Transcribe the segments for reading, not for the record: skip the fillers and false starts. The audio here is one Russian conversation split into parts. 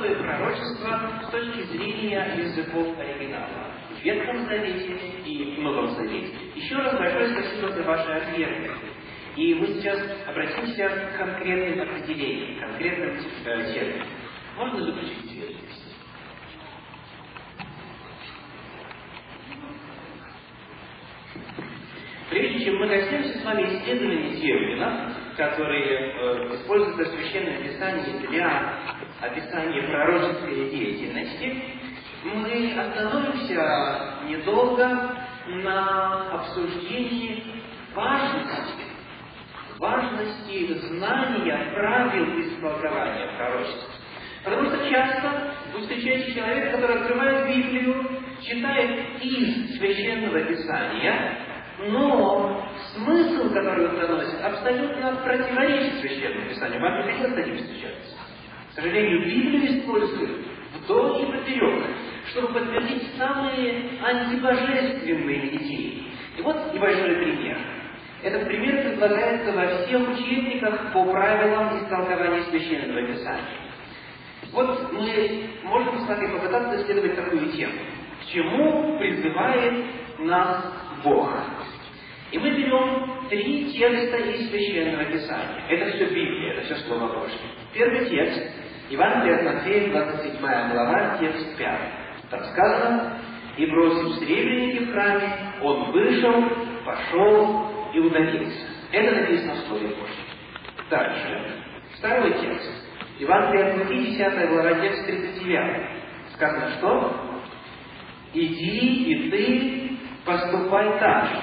описывает пророчество с точки зрения языков оригинала. В Ветхом Завете и в Новом Завете. Еще раз большое спасибо за ваши ответы. И мы сейчас обратимся к конкретным определениям, к конкретным терминам. Можно заключить свет? Прежде чем мы коснемся с вами исследования терминов, которые используются в Священном Писании для описания пророческой деятельности, мы остановимся недолго на обсуждении важности знания правил истолкования пророчества. Потому что часто вы встречаете человека, который открывает Библию, читает из Священного Писания, но смысл, который он доносит, абсолютно противоречит Священному Писанию. Вам приходилось с таким встречаться? К сожалению, Библию используют вдоль и поперек, чтобы подтвердить самые антибожественные идеи. И вот небольшой пример. Этот пример предлагается во всех учебниках по правилам истолкования Священного Писания. Вот мы можем с вами попытаться исследовать такую тему. К чему призывает нас Бог? И мы берем 3 текста из Священного Писания. Это все Библия, это все Слово Божье. Первый текст – Евангелие от Матфея, 27 глава, текст 5. Там сказано: «И бросив сребреники в храме, он вышел, пошел и удалился». Это написано в Слове Божьем. Дальше. Второй текст. Евангелие от Луки, 10 глава, текст 39. Сказано, что? «Иди и ты поступай так же».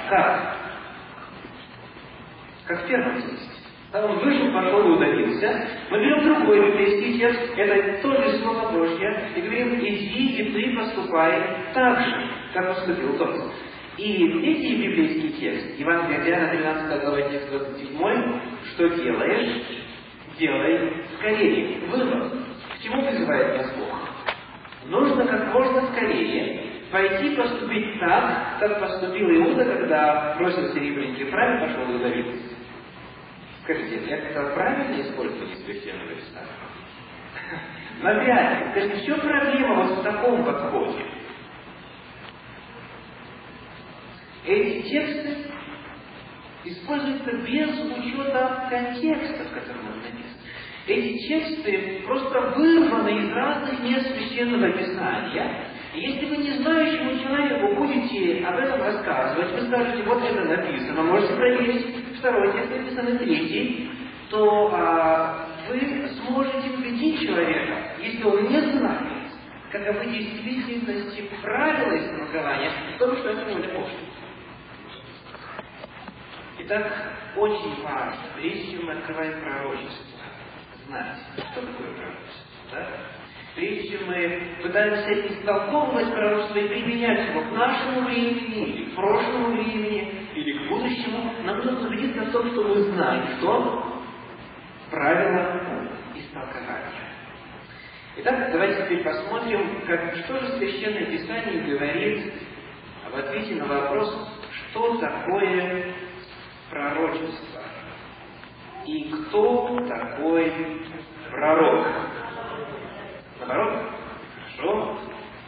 Как в первом тексте. Там он вышел, пошел и удалился. Мы берем другой библейский текст, это тоже Слово Божье, и говорим: «Иди и ты поступай так же, как поступил тот». И третий библейский текст, Евангелие от Иоанна, 13 глава, текст 27, «Что делаешь? Делай скорее». Вывод. К чему призывает нас Бог? Нужно как можно скорее пойти поступить так, как поступил Иуда, когда бросил серебряники в храме, пошел и удалился. Скажите, это правильно использование Священного Писания? Навряд ли. Скажите, в чем проблема вот в таком подходе? Эти тексты используются без учета контекста, в котором он написан. Эти тексты просто вырваны из разных мест Священного Писания. И если вы не знающему человеку будете об этом рассказывать, вы скажете: вот это написано, можете проверить второй текст, написан третий, то вы сможете убедить человека, если он не знает, каковы в действительности правила истолкования, в том, что это не Божье. Итак, очень важно, прежде чем мы открываем пророчество, знать, что такое пророчество. Да? Прежде чем мы пытаемся истолковывать пророчество и применять его к нашему времени, или к прошлому времени, или к будущему, нам нужно убедиться в том, что мы знаем, что правила истолкования. Итак, давайте теперь посмотрим, что же Священное Писание говорит в ответе на вопрос, что такое пророчество и кто такой пророк. Наоборот? Хорошо.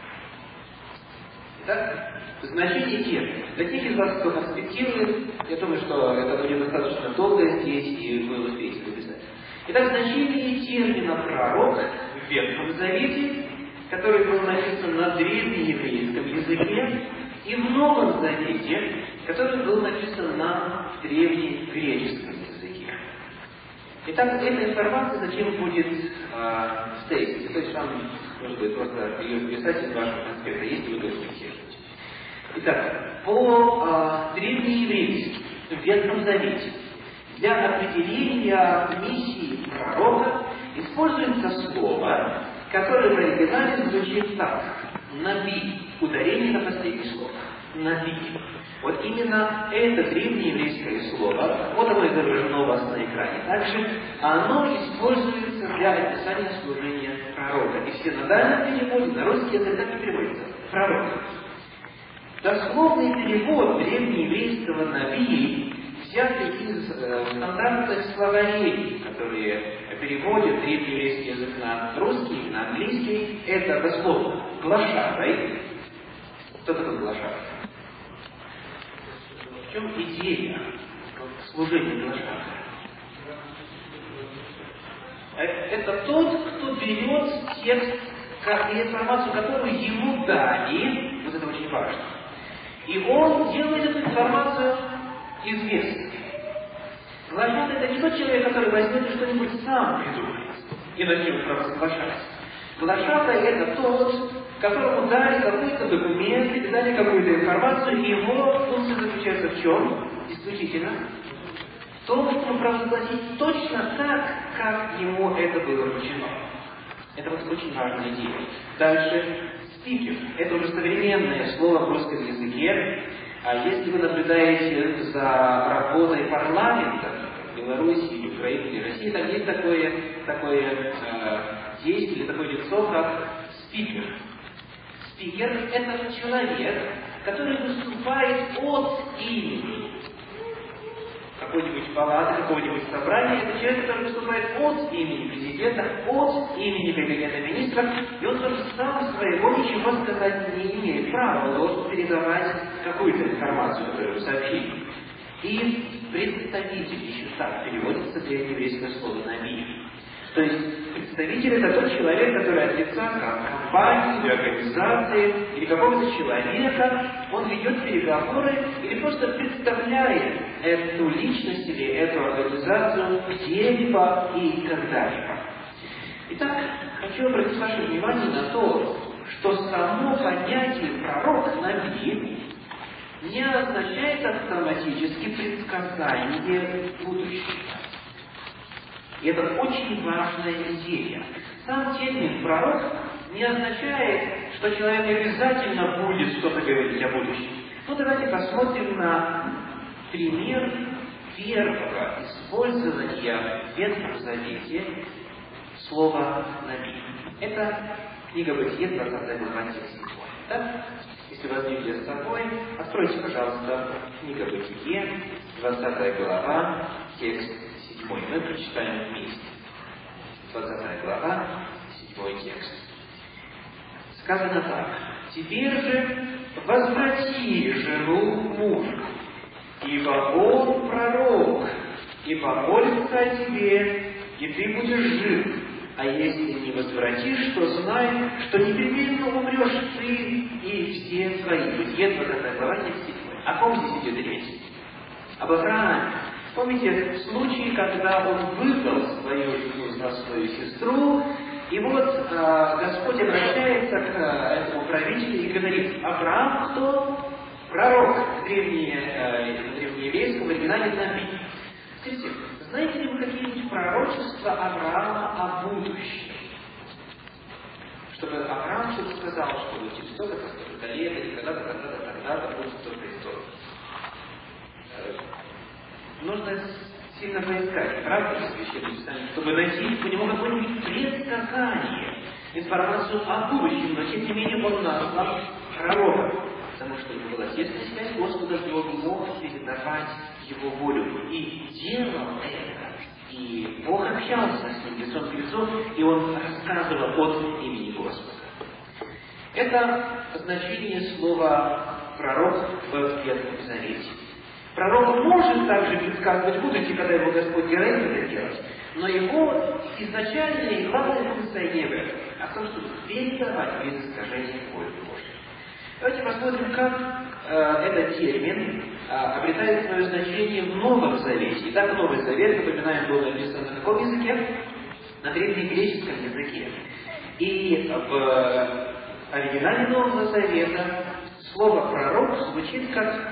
Итак, значение термина. Для тех из вас, кто конспектирует, я думаю, что это будет достаточно долго здесь, и вы успеете записать. Итак, значение термина «пророк» в Ветхом Завете, который был написан на древнееврейском языке, и в Новом Завете, который был написан на древнегреческом языке. Итак, эта информация зачем будет в тексте? То есть вам нужно будет просто ее вписать из вашего конспекта, если вы конспектируете. Итак, по древнееврейски в Ветхом Завете для определения миссии пророка используется слово, которое в оригинале звучит так: «наби», ударение на последнее слово. «Наби». Вот именно это древнееврейское слово, вот оно изображено у вас на экране. Также оно используется для описания служения пророка. И все надальном переводе на русский язык так и переводится: пророк. Дословный перевод древнееврейского «наби» взятый из стандартных словарей, которые переводит древнееврейский язык на русский, на английский, это дословно глашатай. Кто такой глашатай? В чем идея служения глашатая? Это тот, кто берет текст и информацию, которую ему дали, вот это очень важно, и он делает эту информацию известной. Глашатай — это не тот человек, который возьмет и что-нибудь сам придумает и начнет провозглашать. Глашатай — это тот, которому дали какой-то документ или дали какую-то информацию, и его функция заключается в чем? Исключительно в том, чтобы провозгласить точно так, как ему это было вручено. Это вот очень важная идея. Дальше спикер. Это уже современное слово в русском языке. А если вы наблюдаете за работой парламента в Беларуси, или Украине, или России, там есть такое действие, такое лицо, как спикер. Спикер – это человек, который выступает от имени какой-нибудь палаты, какого-нибудь собрания. Это человек, который выступает от имени президента, от имени кабинета министров, и он тоже сам своего ничего сказать не имеет права, он должен передавать какую-то информацию, которую ему сообщили. И представитель еще так переводится древнееврейское слово «нави». То есть представитель — это тот человек, который от лица компании или организации или какого-то человека, он ведет переговоры или просто представляет эту личность или эту организацию где-либо и когда-либо. Итак, хочу обратить ваше внимание на то, что само понятие пророк, нави, не означает автоматически предсказание будущего. И это очень важная идея. Сам термин «пророк» не означает, что человек обязательно будет что-то говорить о будущем. Ну, давайте посмотрим на пример первого использования в Ветхом Завете слова «нави». Это книга Бытие, 20 глава, текст 7. Да? Если у вас Библия с собой, откройте, пожалуйста, книга Бытие, 20 глава, текст 7. Мы прочитаем вместе. 20 глава, 7 текст. Сказано так. «Теперь же возврати жену мужу, ибо он пророк, и помолится о тебе, и ты будешь жив. А если не возвратишь, то знай, что непременно умрешь ты и все твои». Бытие, 20 глава, текст 7. О ком здесь идет речь? Об Аврааме. Помните случай, когда он выдал свою жену за свою сестру, и вот Господь обращается к этому правителю и говорит: Авраам кто? Пророк. В древнееврейском оригинале нави. Скажите, знаете ли вы какие-нибудь пророчества Авраама о будущем? Чтобы Авраам что-то сказал, что вот через столько-то лет, или когда-то, когда-то будет что-то происходит. Нужно сильно поискать, правда, в Священном Писании, чтобы найти по нему какое-нибудь предсказание, информацию о будущем, но тем не менее он назвал пророком, потому что это была тесная связь Господа, что он мог передавать его волю, и делал это. И Бог общался с ним лицом к лицу, и он рассказывал от имени Господа. Это значение слова «пророк» в Ветхом Завете. Пророк может также предсказывать будущее, когда его Господь говорит это делать, но его изначальная и главная функция не в этом, а в том, чтобы передавать без искажения волю Божью. Давайте посмотрим, как этот термин обретает свое значение в Новом Завете. Итак, Новый Завет, напоминаем, был написан на каком языке? На древнегреческом языке. И в оригинале Нового Завета слово «пророк» звучит как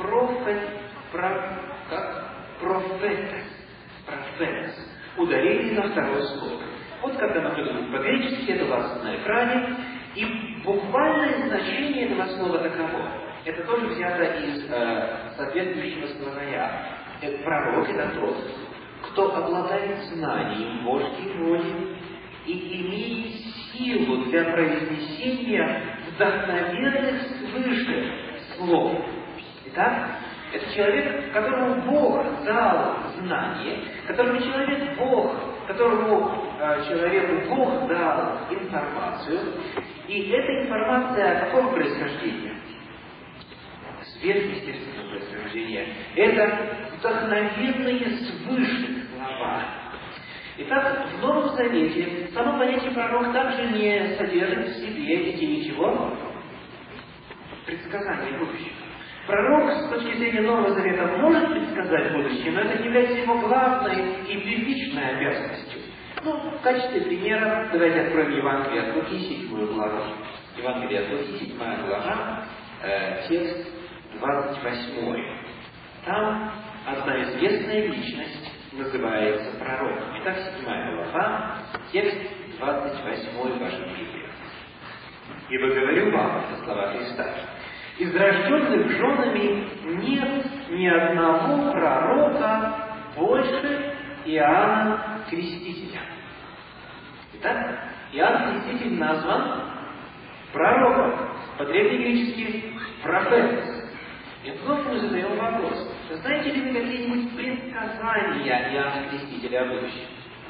профетес. Ударение на второе слово. Вот как оно выглядит по-гречески, это у вас на экране. И буквальное значение этого слова таково. Это тоже взято из соответствующего словаря. Пророк — это тот, кто обладает знанием Божьей воли и имеет силу для произнесения вдохновенных свыше слов. Итак, это человек, которому Бог дал знание, которому человек Бог, который которому человеку Бог дал информацию, и эта информация какого происхождения? Сверхъестественного происхождения. Это вдохновенные свыше слова. Итак, в Новом Завете само понятие пророк также не содержит в себе ничего предсказания будущего. Пророк, с точки зрения Нового Завета, может предсказать будущее, но это не является его главной и первичной обязанностью. В качестве примера давайте откроем Евангелие от Луки, 7 главу. Евангелие от Луки, 7 глава, текст 28. Там одна известная личность называется пророком. Итак, 7 глава, текст 28 в вашем Библии. «Ибо говорю вам, это слова Христа, из рожденных женами нет ни одного пророка больше Иоанна Крестителя». Итак, Иоанн Креститель назван пророком, по-древнегречески «профетос». И вновь мы задаем вопрос: знаете ли вы какие-нибудь предсказания Иоанна Крестителя о будущем?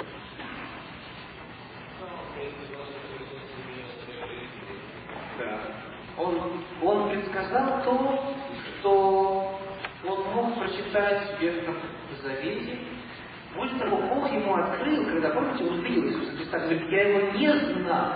Да. Он предсказал то, что он мог прочитать в Ветхом Завете. Более того, Бог ему открыл, когда, помните, он увидел Иисуса Христа, говорит: я его не знал,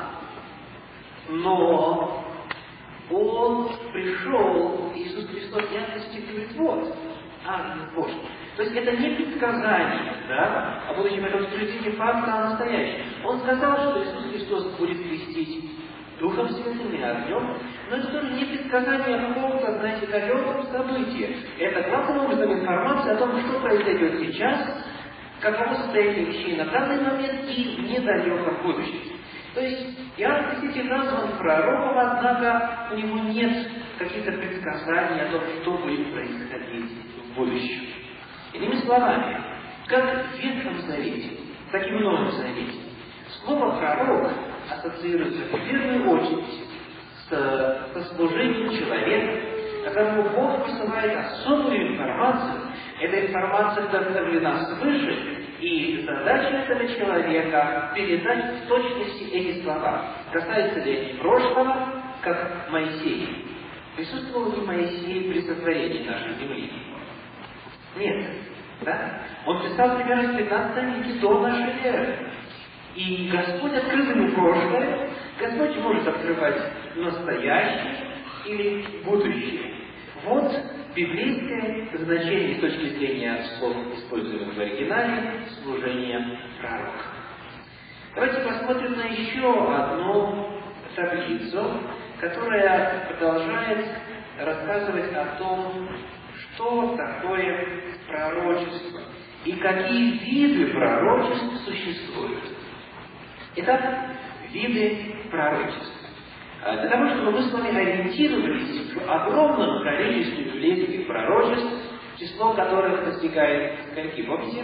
но он пришел, Иисус Христос, яркости говорит: вот, ангел Божий. То есть это не предсказание, да, о будущем, это утверждение факта о настоящем. Он сказал, что Иисус Христос будет крестить Духом Святым и огнем, но это тоже не предсказание какого-то, знаете, далекого события. Это главным образом информация о том, что произойдет сейчас, каково состояние вещей на данный момент и в недалеком будущем. То есть Иоанн Креститель назван пророком, однако у него нет каких-то предсказаний о том, что будет происходить в будущем. Иными словами, как в Ветхом Завете, так и в Новом Завете, слово «пророк» ассоциируется в первую очередь со служением человека, которому Бог посылает особую информацию. Эта информация вдохновлена свыше, и задача этого человека передать в точности эти слова. Касается ли они прошлого, как Моисей? Присутствовал ли Моисей при сотворении нашей земли? Нет. Да? Он писал примерно в 15 веке до нашей эры. И Господь открыл ему прошлое, Господь может открывать настоящее или будущее. Вот библейское значение с точки зрения слов, используемых в оригинале, служения пророка. Давайте посмотрим на еще одну таблицу, которая продолжает рассказывать о том, что такое пророчество и какие виды пророчеств существуют. Итак, виды пророчеств. Для того, чтобы мы с вами ориентировались в огромном количестве библейских пророчеств, число которых достигает, скольки, помните?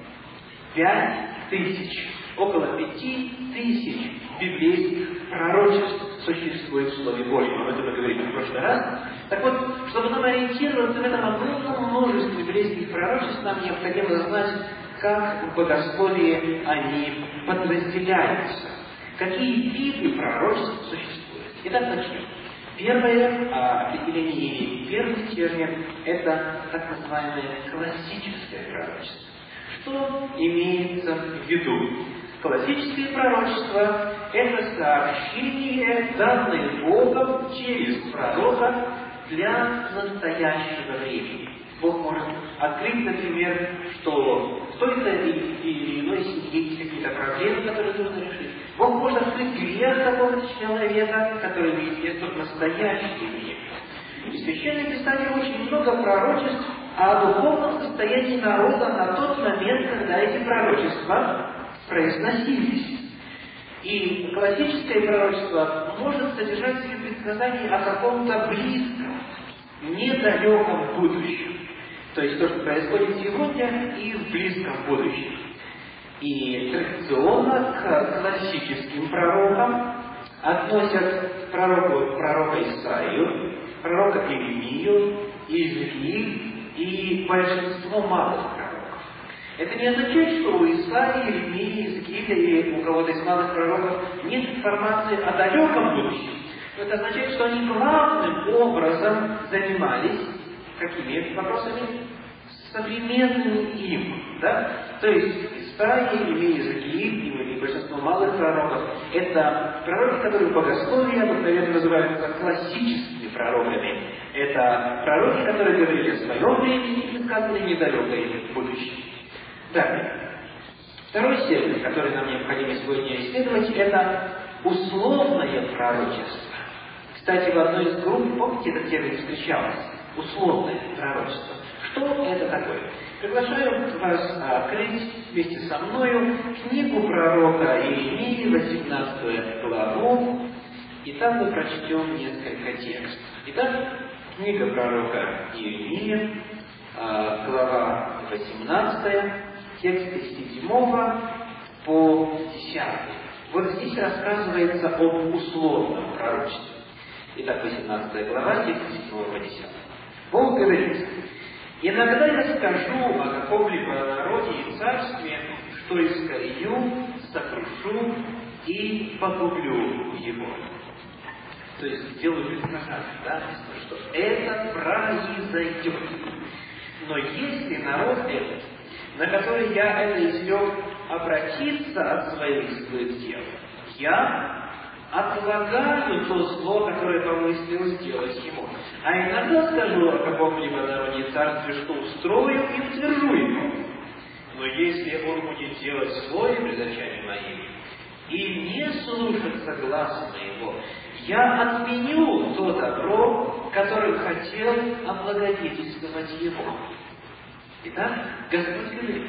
5000. Около 5000 библейских пророчеств существует в Слове Божьем. Об этом мы говорили в прошлый раз. Так вот, чтобы нам ориентироваться в этом огромном множестве библейских пророчеств, нам необходимо знать, как в богословии они подразделяются. Какие виды пророчеств существуют. Итак, начнем. Первое определение или первый термин – это так называемое классическое пророчество. Что имеется в виду? Классическое пророчество – это сообщение, данное Богом через пророка для настоящего времени. Бог может открыть, например, что в той-то или иной семье есть какие-то проблемы, которые нужно решить. Бог может открыть грех какого-то человека, который имеет место в настоящем мире. И в Священном Писании очень много пророчеств о духовном состоянии народа на тот момент, когда эти пророчества произносились. И классическое пророчество может содержать в себе предсказание о каком-то близком, недалеком будущем. То есть то, что происходит сегодня и в близком будущем. И традиционно к классическим пророкам относят пророка Исаию, пророка Иеремию, Иезекииль и большинство малых пророков. Это не означает, что у Исаии, Иеремии, Иезекииля или у кого-то из малых пророков нет информации о далеком будущем, это означает, что они главным образом занимались какими вопросами? Современными им. Да? То есть Исаия, Иеремия, Иезекииль и большинство малых пророков – это пророки, которые в богословии обыкновенно называются классическими пророками. Это пророки, которые говорили о своем времени и сказали недалекое будущее. Далее. Второй термин, который нам необходимо сегодня исследовать, это условное пророчество. Кстати, в одной из групп, помните, этот термин встречался? Условное пророчество. Что это такое? Приглашаю вас открыть вместе со мною книгу пророка Иеремии, 18 главу, и там мы прочтем несколько текстов. Итак, книга пророка Иеремии, глава 18, тексты с 7 по 10. Вот здесь рассказывается об условном пророчестве. Итак, 18 глава, тексты с 7 по 10. Бог говорит: «Иногда я скажу о каком-либо народе и царстве, что искореню, сокрушу и погублю его». То есть сделаю предсказание, да, что это произойдет. Но если народ этот, на который я это изрек, обратится от своих злых дел, я отлагаю то зло, которое помыслил сделать ему. А иногда скажу о каком-либо народе и царстве, что устрою и утвержу его. Но если он будет делать злое пред очами моими и не слушаться гласа моего, я отменю то добро, которое хотел облагодетельствовать его. Итак, Господь говорит,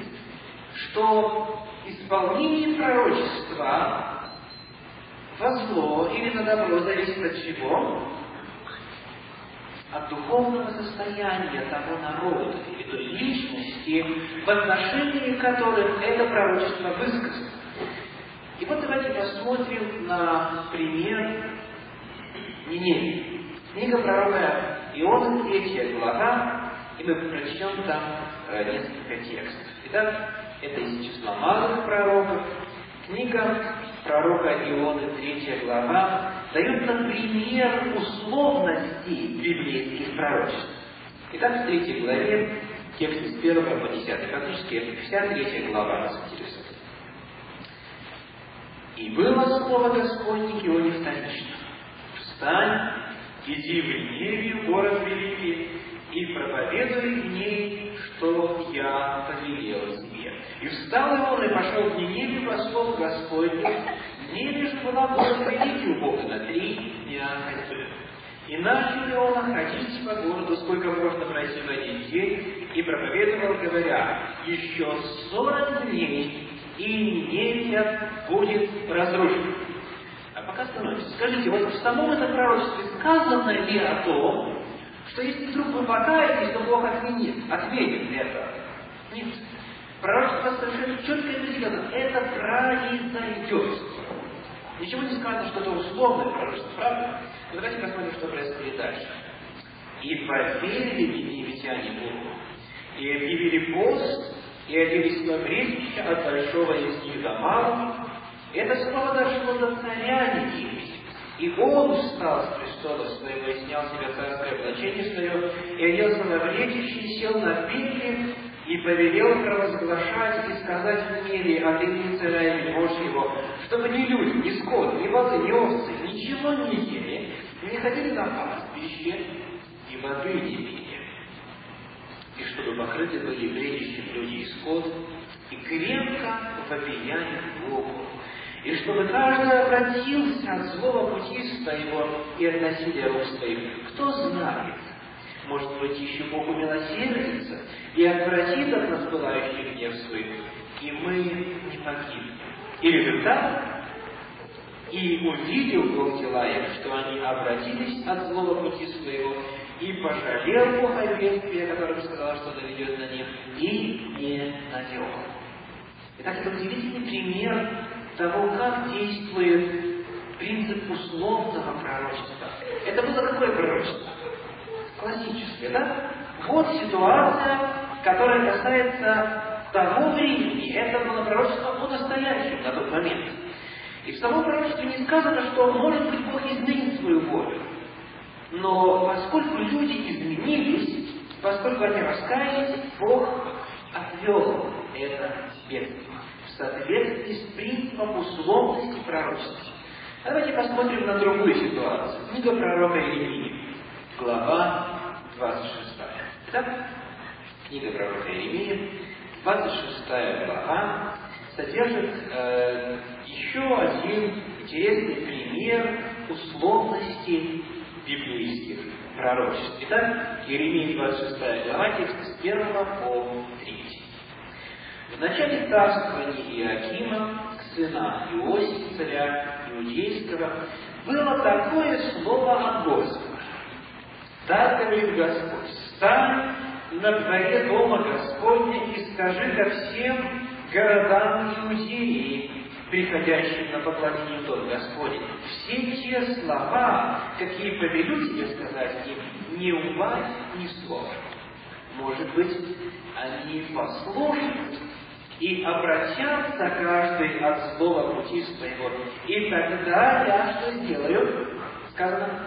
что исполнение пророчества во зло или на добро зависит от чего? От духовного состояния того народа или той личности, в отношении которых это пророчество высказано. И вот давайте посмотрим на пример Ниневии. Книга пророка Ионы, 3 глава, и мы прочтем там несколько текстов. Итак, это из числа малых пророков. Книга пророка Ионы, 3 глава, дает нам пример условностей библейских пророчеств. Итак, в 3 главе, тексты с 1 по 10, фактически вся 3 глава нас интересует. «И было слово Господне к Ионе вторично: встань, иди в Ниневию, город великий, и проповедуй в ней, что я повелел тебе. И встал он и пошел в Ниневию по слову Господню. Ниневия же была город великий у Бога на 3 дня ходьбы. И начали он ходить по городу, сколько можно пройти в один день, и проповедовал, говоря: еще 40 дней, и Ниневия будет разрушена». А пока остановимся. Скажите, вот в самом этом пророчестве сказано ли о том, что если вдруг вы покаетесь, то Бог отменит это? Нет. Пророчество совершенно четко и определенно. Это произойдет. Ничего не сказано, что это условное пророчество, правда? Но давайте посмотрим, что происходит дальше. «И поверили ниневитяне Богу, и объявили пост, и оделись во времечко от большого из них до малого. Это слово дошло до царя Ниневии. И он встал с престола своего и снял с себя царское облачение свое, и оделся во времечко, и сел на петле, и повелел провозглашать и сказать в мире от имени царя и вельмож его, чтобы ни люди, ни скот, ни волы, ни овцы ничего не ели, не ходили на пастбище, и воды не пили. И чтобы покрыты были бредищем люди и скот, и крепко вопияли к Богу. И чтобы каждый обратился от злого пути своего и от насилия рук своих. Кто знает, может быть, еще Бог умилосердится и отвратит от нас пылающий гнев своих, и мы не погибнем. И результат: и увидел Бог дела их, что они обратились от злого пути своего, и пожалел Бог о бедствии, о котором сказал, что наведет на них, и не навел. Итак, это удивительный пример того, как действует принцип условного пророчества. Это было какое пророчество? Классическое, да? Вот ситуация, которая касается того времени. Это было пророчество о настоящем. На тот момент. И в самом пророчестве не сказано, что, может быть, Бог изменит свою волю. Но поскольку люди изменились, поскольку они раскаялись, Бог отвел это бедствие в соответствии с принципом условности пророчества. Давайте посмотрим на другую ситуацию. Книга пророка Иеремии, глава 26. Итак, книга пророка Иеремии, 26 глава, содержит еще один интересный пример условности библейских пророчеств. Итак, Иеремия, 26 глава, текст с 1 по 3. В начале царствования Иоакима, сына Иосифа, царя Иудейского, было такое слово от Господа. Так говорит Господь: «Стань на дворе дома Господня и скажи ко всем городам Иудеи, приходящим на поклонение в дом Господень, все те слова, какие повелю тебе сказать им, не убавь ни слова». Может быть, они послушают и обратятся каждый от злого пути своего. И тогда я что сделаю? Сказано: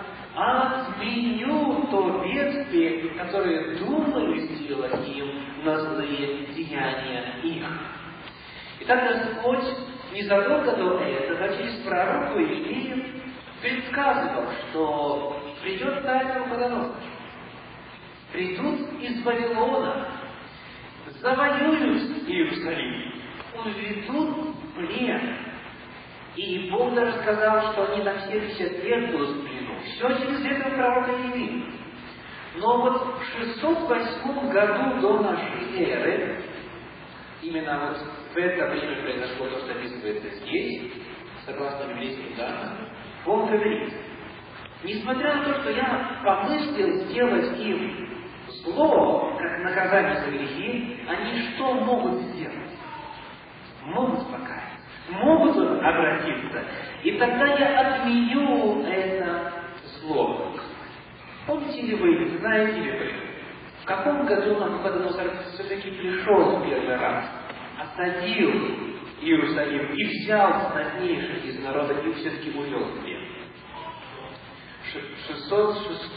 отменю то бедствие, которое думаю сделать им на злые деяния их. Итак, Господь незадолго до этого через пророка Иеремию предсказывал, что придет царь Навуходоносор. Придут из Вавилона, завоюют Иерусалим, уведут в плен. И Бог даже сказал, что они на все 50 лет будут в плену. Все через этого пророка Иеремию. Но вот в 608 году до нашей эры, именно вот в это время произошло то, что описывается здесь, согласно библейским данным, Бог говорит: несмотря на то, что я помыслил сделать им зло, как наказание за грехи, они что могут сделать? Могут покаяться, могут обратиться. И тогда я отменю это зло. Помните ли вы, знаете ли вы, в каком году Навуходоносор все-таки пришел в первый раз, осадил Иерусалим и взял знатнейших из народа и все-таки увел в плен? 606-605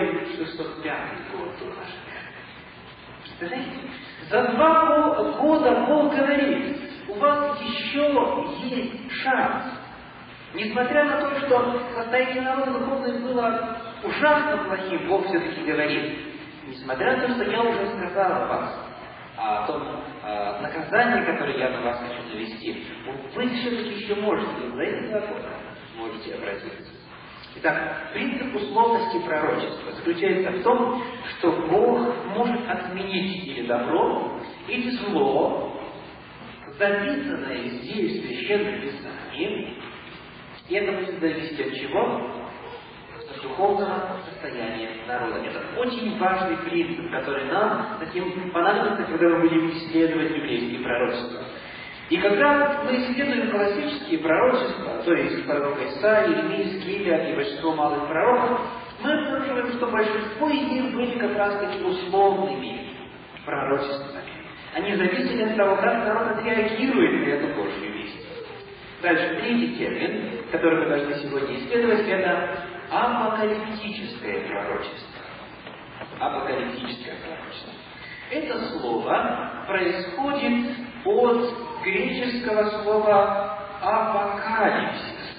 год до нашей эры. Представляете? За 2 года Бог говорит: у вас еще есть шанс. Несмотря на то, что состояние народа духовное было ужасно плохим, Бог все-таки говорит: несмотря на то, что я уже сказал о вас, о том наказании, которое я на вас хочу навести, вы все-таки еще можете, за эти 2 года можете обратиться. Итак, принцип условности пророчества заключается в том, что Бог может отменить или добро, или зло, записанное здесь в Священном Писании, и это будет зависеть от чего? От духовного состояния народа. Это очень важный принцип, который нам таким понадобится, когда мы будем исследовать библейские пророчества. И когда мы исследуем классические пророчества, то есть пророка Исаии, Иеремии, Скиля и большинство малых пророков, мы обнаруживаем, что большинство из них были как раз таки условными пророчествами. Они зависели от того, как народ отреагирует на эту Божью весть. Дальше, третий термин, который мы должны сегодня исследовать, это апокалиптическое пророчество. Апокалиптическое пророчество. Это слово происходит от греческого слова апокалипсис.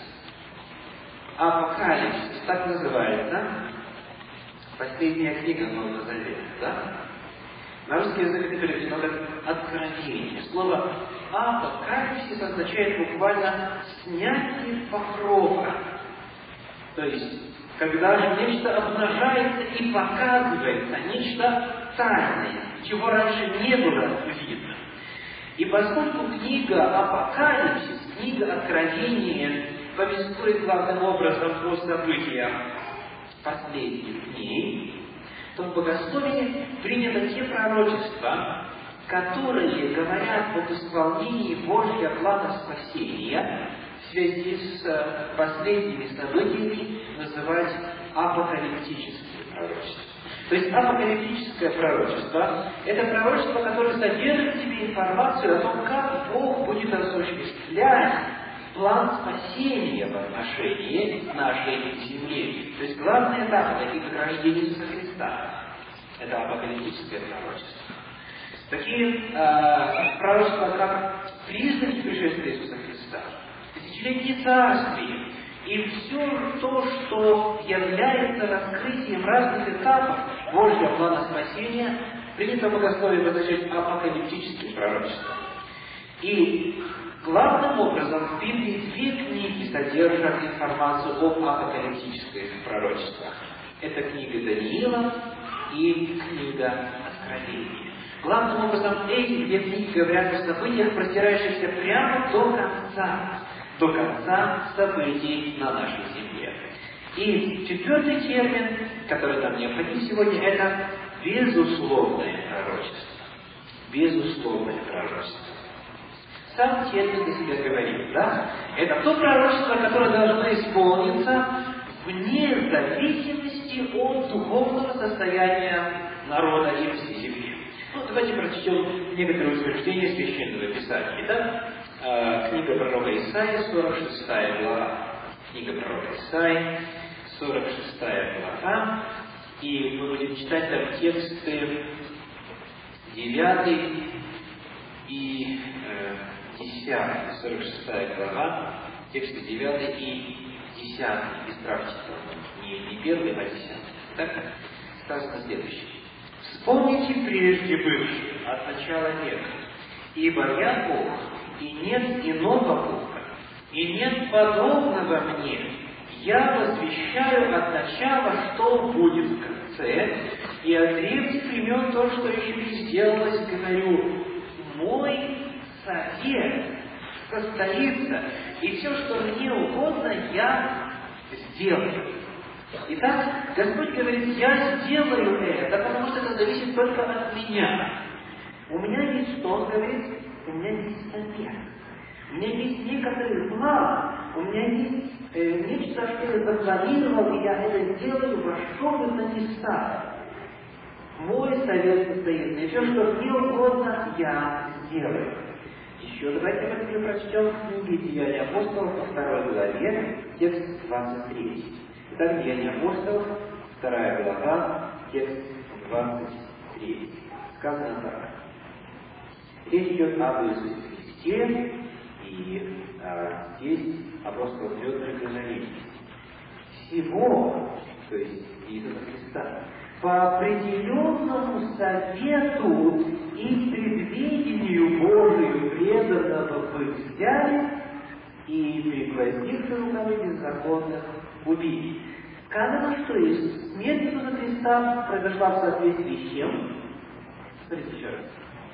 Апокалипсис, так называется последняя книга Нового Завета, да? На русский язык это переведено как откровение. Слово апокалипсис означает буквально снятие покрова. То есть, когда нечто обнажается и показывается, нечто тайное, чего раньше не было видно. И поскольку книга Апокалипсис, книга Откровения, повествует главным образом о событиях последних дней, то в богословии принято те пророчества, которые говорят об исполнении Божьего плана спасения в связи с последними событиями, называть апокалиптические пророчества. То есть апокалиптическое пророчество – это пророчество, которое содержит в себе информацию о том, как Бог будет осуществлять план спасения в отношении нашей земли. То есть главный этап, такие как рождение Иисуса Христа. Это апокалиптическое пророчество. Такие пророчества, как признаки пришествия Иисуса Христа, тысячелетние царствия, и все то, что является раскрытием разных этапов Божьего плана спасения, принято в богословии обозначать апокалиптическим пророчеством. И главным образом в Библии две книги содержат информацию об апокалиптических пророчествах. Это книга Даниила и книга Откровения. Главным образом эти две книги говорят о событиях, простирающихся прямо до конца событий на нашей земле. И четвертый термин, который нам необходим сегодня, это безусловное пророчество. Безусловное пророчество. Сам термин за себя говорит, да? Это то пророчество, которое должно исполниться вне зависимости от духовного состояния народа и всей земли. Ну, давайте прочтем некоторые утверждения Священного Писания, да? Книга пророка Исаии, 46 глава. Книга пророка Исаии, 46 глава. И мы будем читать там тексты 9 и 10. 46 глава, тексты 9 и 10. Исправьте там, не 1, а 10. Так, сказано следующее. «Вспомните прежде бывшее от начала века, ибо я Бог, и нет иного Бога, и нет подобного мне. Я возвещаю от начала, что будет в конце, и от древних времен то, что еще не сделалось, говорю, мой совет состоится, и все, что мне угодно, я сделаю». Итак, Господь говорит, я сделаю это, потому что это зависит только от меня. У меня есть что? Он говорит, у меня есть совет. У меня есть некоторый план, у меня есть нечто, что я запланировал, и я это сделаю во что бы то ни стало. Мой совет состоится, и все, что мне угодно, я сделаю. Еще давайте мы прочтем книги Деяний апостолов по 2 главе, текст 23. Итак, Деяния апостолов, 2 глава, текст 23. Сказано так. Речь идет об Иисусе Христе, и здесь апостол Петр говорит: всего, то есть Иисуса Христа, по определенному совету и предвидению Божию преданного вы взяли и пригвоздивши руками беззаконных убили. Сказано, что смерть Иисуса Христа произошла в соответствии с чем? Смотрите еще раз.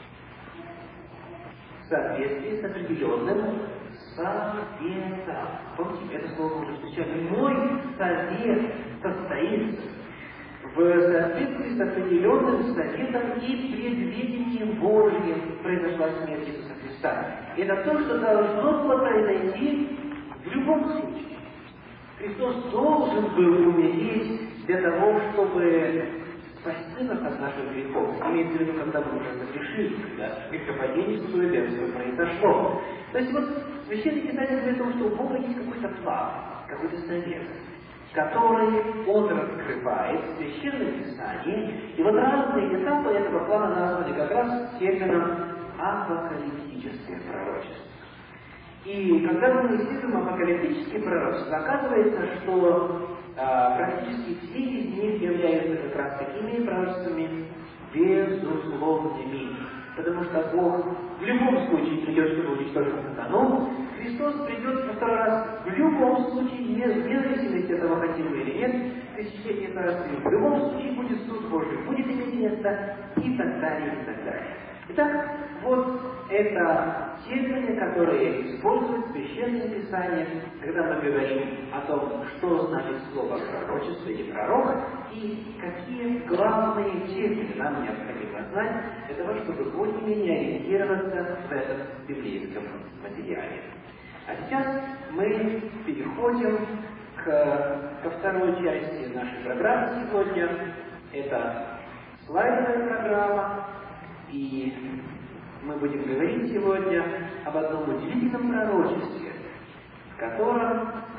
В соответствии с определенным советом. Помните, это слово мы уже встречали. Мой совет состоится в соответствии с определенным советом и предвидением Божьим произошла смерть Иисуса Христа. Это то, что должно было произойти в любом случае. Христос должен был умереть для того, чтобы спасти нас от наших грехов. Имеется в виду, когда мы уже согрешили, да, грехопадение суеверство произошло. То есть вот Священное Писание говорит о том, что у Бога есть какой-то план, какой-то совет, который Он раскрывает в Священном Писании. И вот разные этапы этого плана названы как раз термином апокалиптическое пророчество. И когда мы исследуем апокалиптические пророчества, оказывается, что практически все из них являются как раз такими пророчествами безусловными. Потому что Бог в любом случае придет, чтобы уничтожить сатану. Христос придет во второй раз в любом случае, вне зависимости от того, хотим мы или нет, тысячелетие царствие. В любом случае будет суд Божий, будет иметь место и так далее, и так далее. Итак, вот это термины, которые используют Священное Писание, когда мы говорим о том, что значит слово пророчество или пророк, и какие главные термины нам необходимо знать для того, чтобы более-менее ориентироваться в этом библейском материале. А сейчас мы переходим ко второй части нашей программы сегодня. Это слайдовая программа. И мы будем говорить сегодня об одном удивительном пророчестве,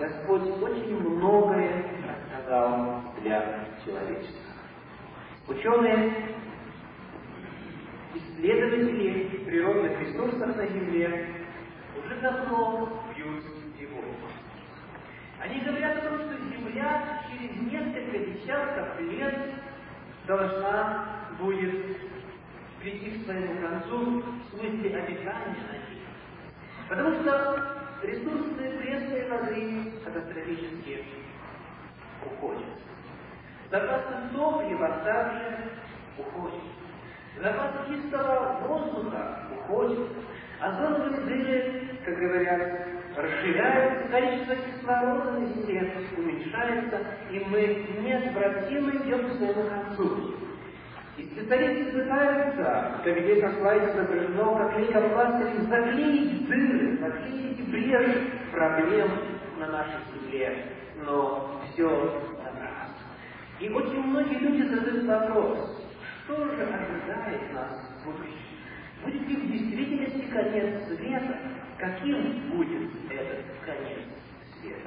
Господь очень многое рассказал для человечества. Ученые, исследователи природных ресурсов на Земле уже давно бьют его. Они говорят о том, что Земля через несколько десятков лет должна будет прийти к своему концу в смысле обитания на ней. Потому что ресурсы пресной воды катастрофически уходят. Запасы топлива также уходят. Запасы чистого воздуха уходят. Озоновые дыры, как говорят, расширяются, количество кислорода на Земле уменьшается, и мы неотвратимо идем к своему концу. И специалисты пытаются, как здесь на слайде изображено, как лейкопластырем заклеить дыры, заклеить брешь проблем на нашей Земле. Но все напрасно. И очень многие люди задают вопрос, что же ожидает нас в будущем? Будет ли в действительности конец света? Каким будет этот конец света?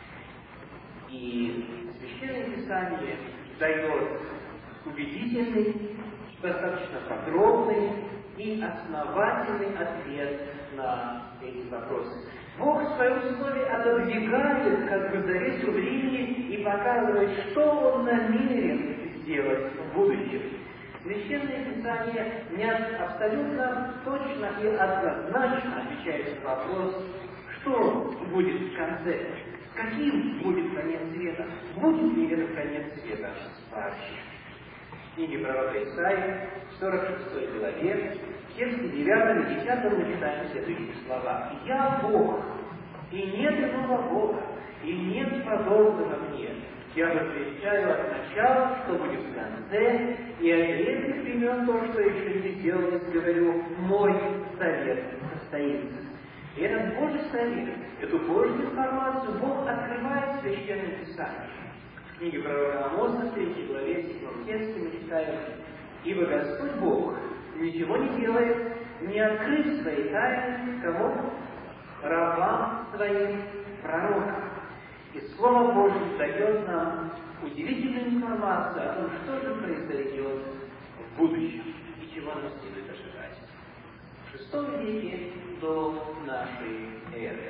И Священное Писание дает убедительный, достаточно подробный и основательный ответ на эти вопросы. Бог в своем слове отодвигает как бы завесу времени и показывает, что Он намерен сделать в будущем. Священное Писание не абсолютно точно и однозначно отвечает на вопрос, что будет в конце, каким будет конец света, будет ли этот конец света вообще. В книге пророка Исаии, в 46 главе, в тексте 9 и 10 мы читаем следующие слова. «Я Бог, и нет иного Бога, и нет подобного мне. Я возвещаю от начала, что будет в конце, и от древних времен то, что еще не сделалось, говорю, мой совет состоится». И этот Божий совет, эту Божью информацию Бог открывает в Священном Писании. В книге пророка Амоса, в 3 главе, 7 тексте мы читаем: «Ибо Господь Бог ничего не делает, не открыв свои тайны кому? Рабам своим пророкам». И Слово Божье дает нам удивительную информацию о том, что же произойдет в будущем и чего нам следует ожидать. В VI веке до нашей эры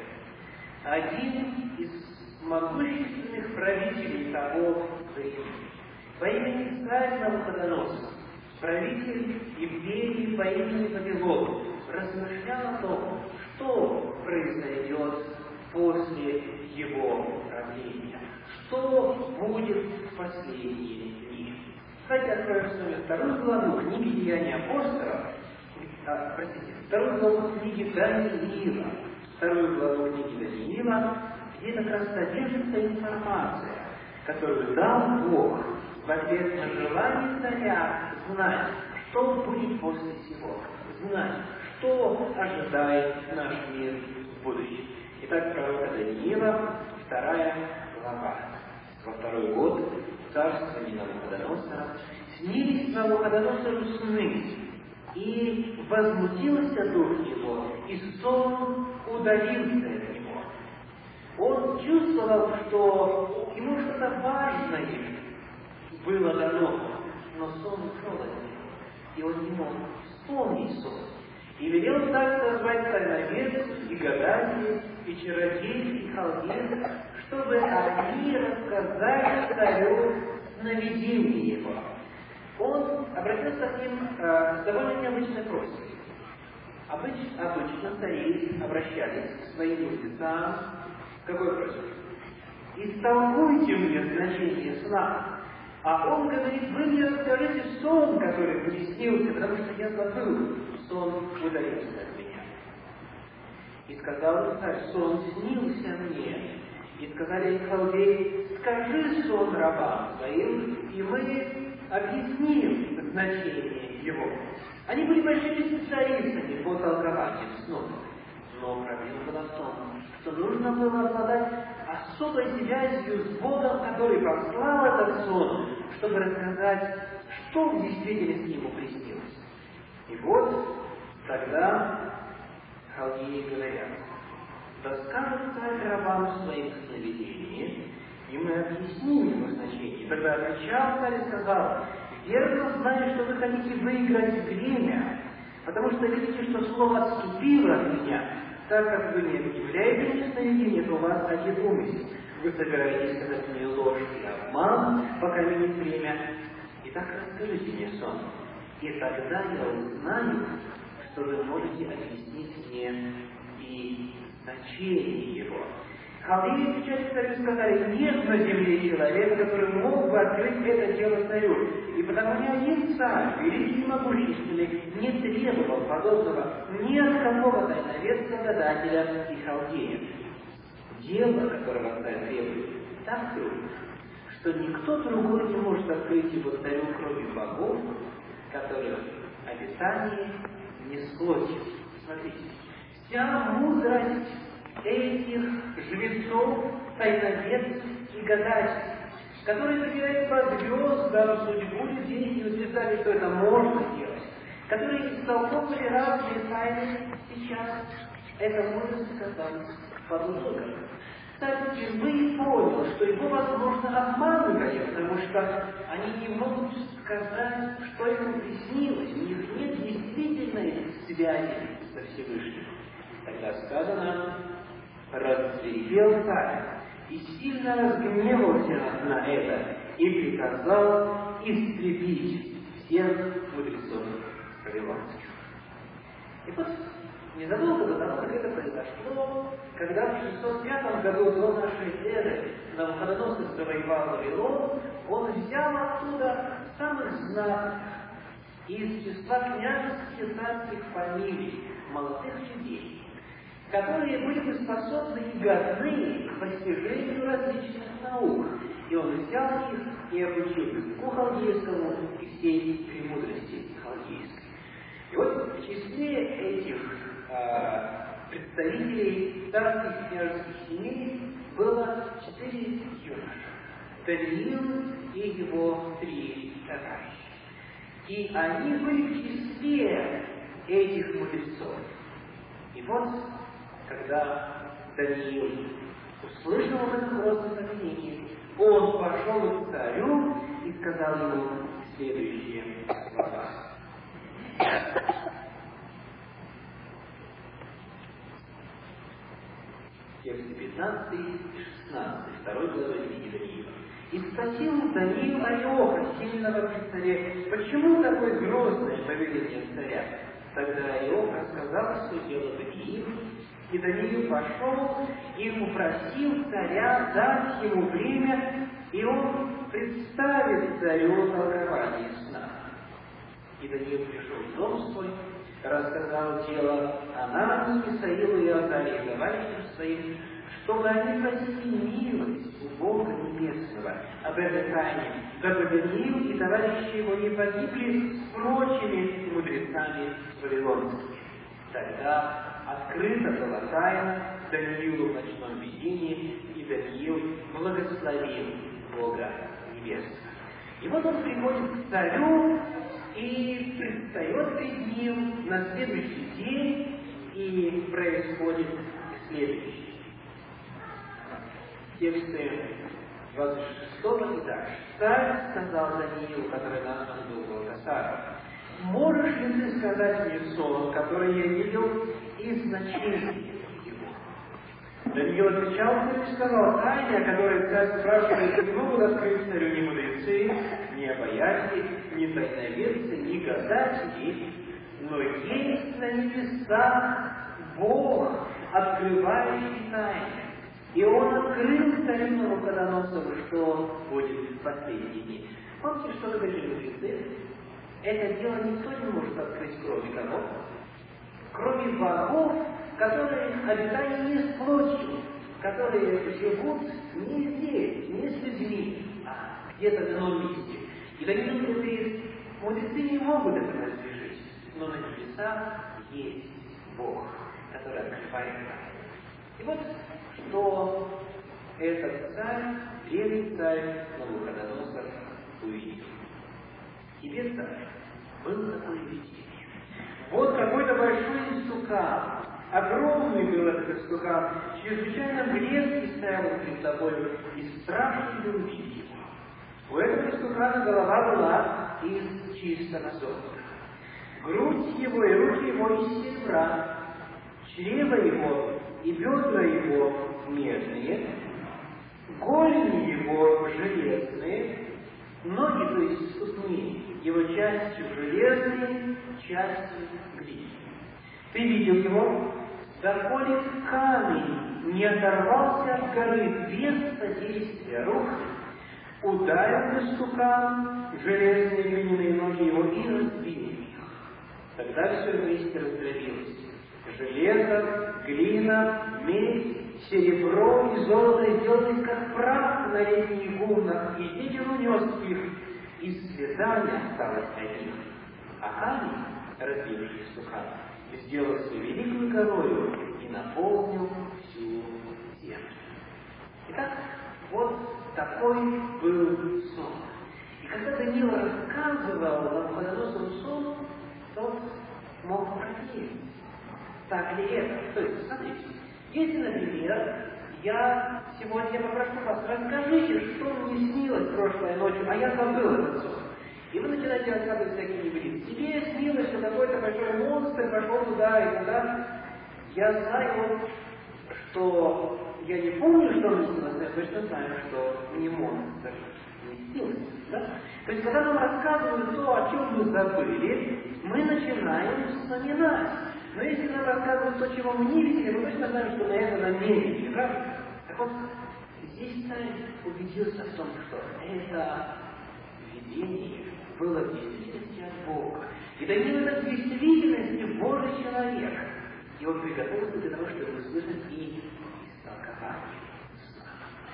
один из могущественных правителей того времени по имени Царь Навуходоносор, правитель империи по имени Вавилон, размышлял о том, что произойдет после его правления, что будет в последние дни. Кстати, откроем с вами 2 главу книги «Деяния апостолов», вторую главу книги Даниила, 2 главу книги Даниила, где как раз содержится информация, которую дал Бог в ответ на желание царя знать, что будет после всего, знать, что ожидает наш мир в будущем. Итак, пророка Даниила, 2 глава. Во 2-й год царствования Навуходоносора снились Навуходоносору сны, и возмутился дух его, и сон удалился от него. Он чувствовал, что ему что-то важное было дано, но сон ушел от него, и он не мог вспомнить сон. И велел так созвать тайноведцев и гадателей, и чародеев, и халдеев, чтобы они рассказали царю сновидение его. Он обратился к ним с довольно необычной просьбой. Обычно цари обращались к своим мудрецам с какой просьбой? «Истолкуйте мне значение сна». А он говорит: вы мне расскажите сон, который мне снился, потому что я забыл, сон удалился от меня. И сказал царь: сон снился мне. И сказали халдеи: скажи сон рабам своим, и мы объясним значение его. Они были большими специалистами по толкованию снов. Но проблема была в том, что нужно было обладать особой связью с Богом, который послал этот сон, чтобы рассказать, что в действительности ему приснилось. И вот тогда халдеи говорят: Да скажет царь рабам своим сновидение, и мы объясним его значение. Тогда отвечал царь и сказал: верно знаю, что вы хотите выиграть время, потому что видите, что слово отступило от меня. Так как вы не объявляете мне сновидение, то у вас один умысел. Вы собираетесь сказать мне ложь и обман, пока минет время. Итак, расскажите мне сон. И тогда я узнаю, что вы можете объяснить мне и значение его. Халдеи отвечали царю и сказали: нет на земле человека, который мог бы открыть это дело царю. И потому ни один царь, великий и могущественный, не требовал подобного ни от какого тайноведца, гадателя и халдея. Дело, которого царь требует, так трудно, что никто другой не может открыть его царю, кроме богов, которых описание не склонит. Смотрите, вся мудрость этих жрецов, тайноведцев и гадателей, которые проверяют по звездам судьбу людей и утверждали, что это можно делать, которые истолковывали разные тайны сейчас, эта мудрость оказалась подлогом. Кстати, впервые понял, что его, возможно, обманывали, потому что они не могут сказать, что ему приснилось, у них нет действительной связи со Всевышним. Тогда сказано: рассвирепел царь и сильно разгневался на это и приказал истребить всех мудрецов вавилонских. И вот незадолго до того, как это произошло, когда в 605 году до нашей эры Навуходоносор завоевал Вавилон, он взял оттуда самых знатных из числа княжеских и царских фамилий, молодых людей, которые были бы способны и годны к постижению различных наук. И он взял их и обучил языку халдейскому и всей премудрости халдейской. И вот в числе этих представителей царских и княжеских семей было 4 юноша: Даниил и его 3 товарища. И они были в числе этих мудрецов. И вот, когда Даниил услышал об этом грозном знамение, он пошел к царю и сказал ему следующие слова. Тексты 15 и 16, 2 главы книги Даниила. И спросил Даниил Ариоха, сильного при царе: почему такое грозное повеление царя? Тогда Ариох рассказал, что дело Даниилу, и Даниил пошел и упросил царя дать ему время, и он представит царю толкование сна. И Даниил пришел в дом свой, рассказал дело Анании, Мисаилу и Азарии, товарищам своим, чтобы они просили милость у Бога Небесного об этой тайне, дабы Даниил и товарищи его не погибли с прочими мудрецами вавилонскими. Тогда открыта была тайна Даниилу в ночном видении, и Даниил благословил Бога Небесного. И вот он приходит к царю и предстает перед ним на следующий день, и происходит следующее. Тексты 26 и дальше. Царь сказал Даниилу, который назван был Валтасаром: можешь ли ты сказать мне сон, который я видел, и значение его? Даниил отвечал и сказал: тайне, о которой царь спрашивает, не могут открыть царю ни мудрецы, ни обаятели, ни тайноведцы, ни гадатели, но есть на небесах Бог, открывающий тайны. И он открыл царю Навуходоносору, что будет в последние дни. Помните, что говорили мудрецы? Это дело никто не может открыть, кроме кого? Кроме богов, которые обитают не с плотью, которые живут не здесь, не с людьми, а где-то в ином месте. И Даниил говорит: мудрецы не могут это разрешить, но на небесах есть Бог, который открывает тайны. И вот что этот царь, древний царь Навуходоносор, увидел. Тебе, царь, было такое видение. Вот какой-то большой истукан Огромный был этот истукан, чрезвычайно близкий стоял он перед собой, и страшно было увидеть его. У этого истукана голова была из чистого золота. Грудь его и руки его из серебра, чрево его и бедра его медные, голени его железные, ноги, то есть ступни, его частью железные, частью глиняные. Ты видел его? Доколе камень не оторвался от горы без содействия рук, ударил истукан железные глиняные ноги его и разбил их. Тогда все вместе раздробилось. Железо, глина, медь, серебро и золото сделались как прах на летних гумнах, и ветер унес их, и следа не осталось от них. А камень, разбивший истукан, сделался великой горою и наполнил всю землю. Итак, вот такой был сон. И когда Даниил рассказывал Навуходоносору сон, тот мог проверить, так ли это. То есть, смотрите, если, например, я сегодня попрошу вас, расскажите, что мне снилось прошлой ночью, а я забыл этот сон. И вы начинаете рассказывать всякие небылицы. Тебе снилось, что какой-то большой монстр пошел туда и туда. Я знаю, что я не помню, что мне снилось, но я точно знаю, что не монстр не снилось. Да? То есть, когда нам рассказывают то, о чем мы забыли, мы начинаем вспоминать. Но если нам рассказывают то, чего мы не видели, мы точно знаем, что на это нам не видели. Правда? Так вот, здесь царь убедился в том, что это видение было в действительности от Бога. И Даниил это в действительности Божий человек. И он приготовился для того, чтобы услышать и истолкование сна.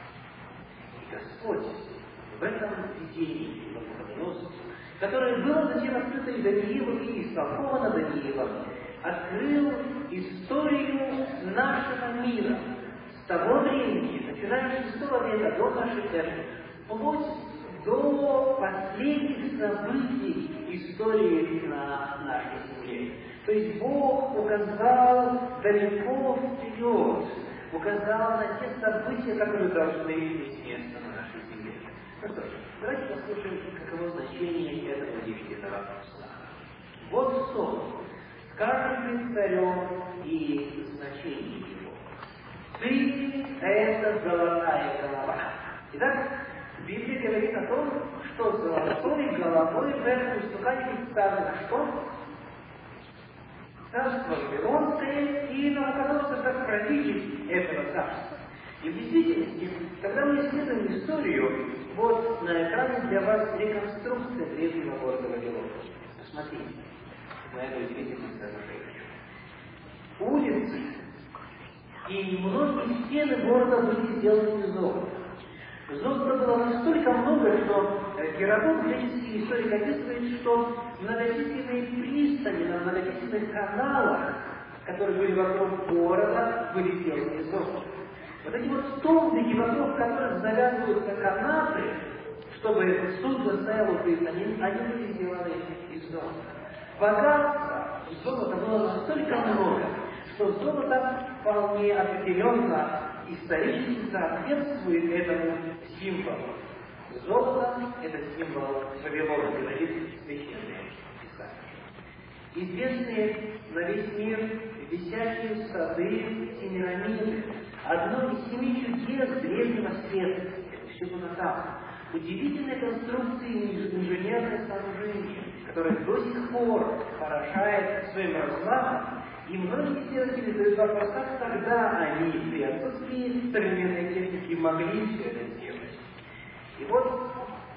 И Господь в этом видении Навуходоносора, которое было затем открыто и Даниилу, и истолковано Даниилом, открыл историю нашего мира с того времени, начиная с 6 века до нашей эры, вплоть до последних событий истории на нашей земле. То есть Бог указал далеко вперед, указал на те события, которые должны иметь место на нашей земле. Ну что ж, давайте послушаем, каково значение этого удивительного сна. Вот сон, сказанный царем и значение его. Ты — это золотая голова. Итак, Библия говорит о том, что золотой головой в этом истукане представлено что? Царство Вавилонское и Навуходоносор как правитель этого царства. И в действительности, когда мы исследуем историю, вот на экране для вас реконструкция древнего города Вавилона. Посмотрите на эту удивительную сооружение. Улицы и многие стены города были сделаны из золота. Золота было настолько много, что Геродот, греческий историк, описывает, что многочисленные пристани на многочисленных каналах, которые были вокруг города, были сделаны из золота. Вот эти вот столбики, вокруг которых завязываются канаты, чтобы судно стояло у пристани, они были сделаны из золота. Богатства золота было настолько много, что золото вполне определенно исторически соответствует этому символу. Золото – это символ Вавилона, говорит священное писание. Известные на весь мир висячие сады Семирамиды, одно из 7 чудес древнего света. Это все было там. Удивительные конструкции и инженерное сооружение, которое до сих пор поражает своим размахом, и многие исследователи задают вопрос, как тогда они при отсутствии современной техники могли все это сделать. И вот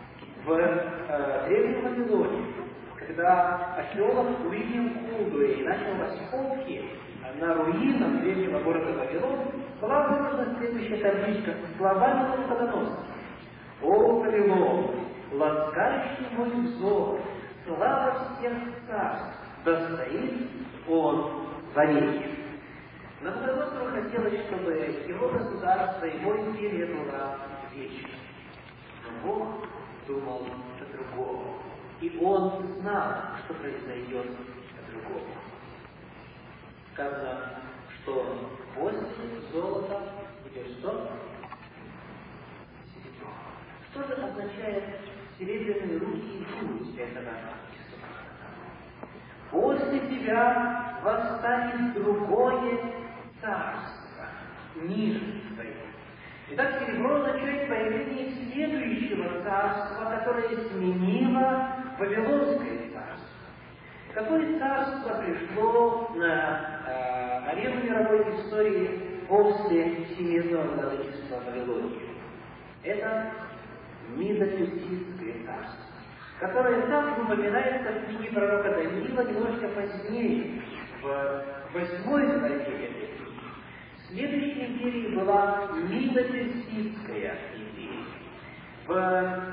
в Древнем Вавилоне, когда археолог Уильям Кулдуэй начал раскопки на руинах древнего города Вавилон, была выложена следующая табличка с словами Навуходоносора. «О, Вавилон, ласкающий мой взор, слава всех царств, да стоит он вовеки». Навуходоносору хотелось, чтобы его государство, его империя была вечной. Но Бог думал о другом. И он знал, что произойдет о другом. Сказано, что после золота идет что? Серебро. Что же означает серебряные руки и грудь этого Иисуса? После тебя восстанет другое царство, ниже твоего. Итак, серебро означает появление следующего царства, которое сменило Вавилонское царство. Какое царство пришло на арену мировой истории после всемирного владычества Вавилонии? Это Медо-Персидское царство, которое также упоминается в книге пророка Даниила немножко позднее, в 8 главе этой книги. Следующей империей была Медо-Персидская империя. В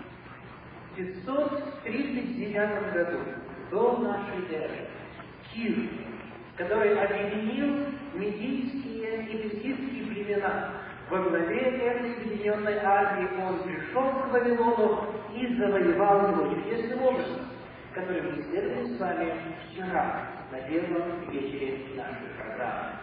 539 году до нашей эры Кир, который объединил медийские и персидские племена во главе этой соединенной армии, он пришел к Вавилону и завоевал его чудесным образом, который мы исследовали с вами вчера на первом вечере нашей программы.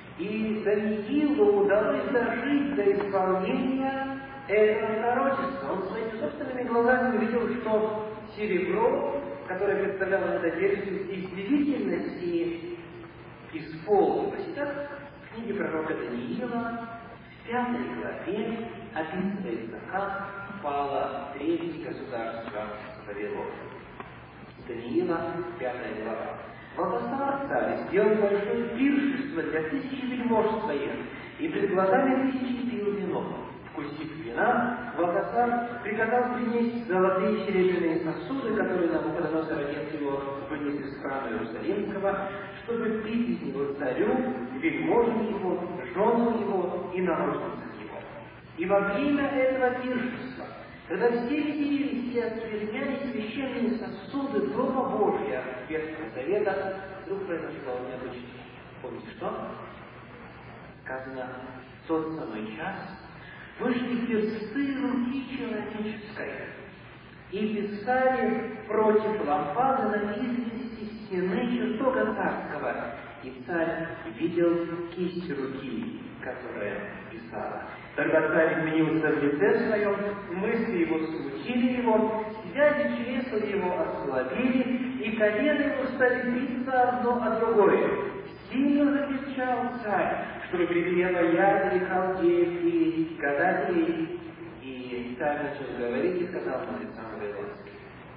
И Даниилу удалось дожить до исполнения этого пророчества. Он своими собственными глазами увидел, что серебро, которое представляло Медо-Персию, в действительности исполнилось. Итак, в книге пророка Даниила, в 5 главе, описывается, как пало третье государство Вавилона. Даниила, 5 глава. Владосар царь сделал большое пиршество для 1000 вельмож своих, и пред глазами 1000 пил вино. Вкусив вина, Владосар приказал принести золотые и серебряные сосуды, которые Навуходоносор отец его вынес из храма Иерусалимского, чтобы пить из него царю, вельможам его, женам его и народницам его. И во время этого пиршества, когда все веселились и оскверняли священные сосуды Дома Божия Ветхого Завета, вдруг произошло необычное. Помните что? Сказано, в тот самый час вышли персты руки человеческой и писали против лампады на извести стены чертога царского. И царь видел кисть руки, которая писала. Тогда царь изменился в лице своем, мысли его смутили его, связи чресла его ослабили, и колено его стали биться одно о другое. Сильно закричал царь, чтобы привели воязи, халдеев и гадателей, и царь начал говорить и сказал мудрецам вавилонским: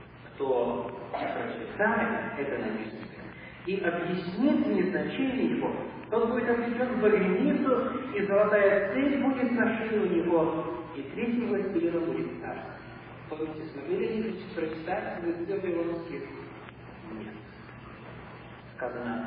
кто прочитает это написано и объяснит мне значение его, тот будет отведен в багряницу, и золотая цепь будет на шее у него, и третий властелин будет царство. Помните, смогли ли они прочитать в языке вавилонских? Нет. Сказано,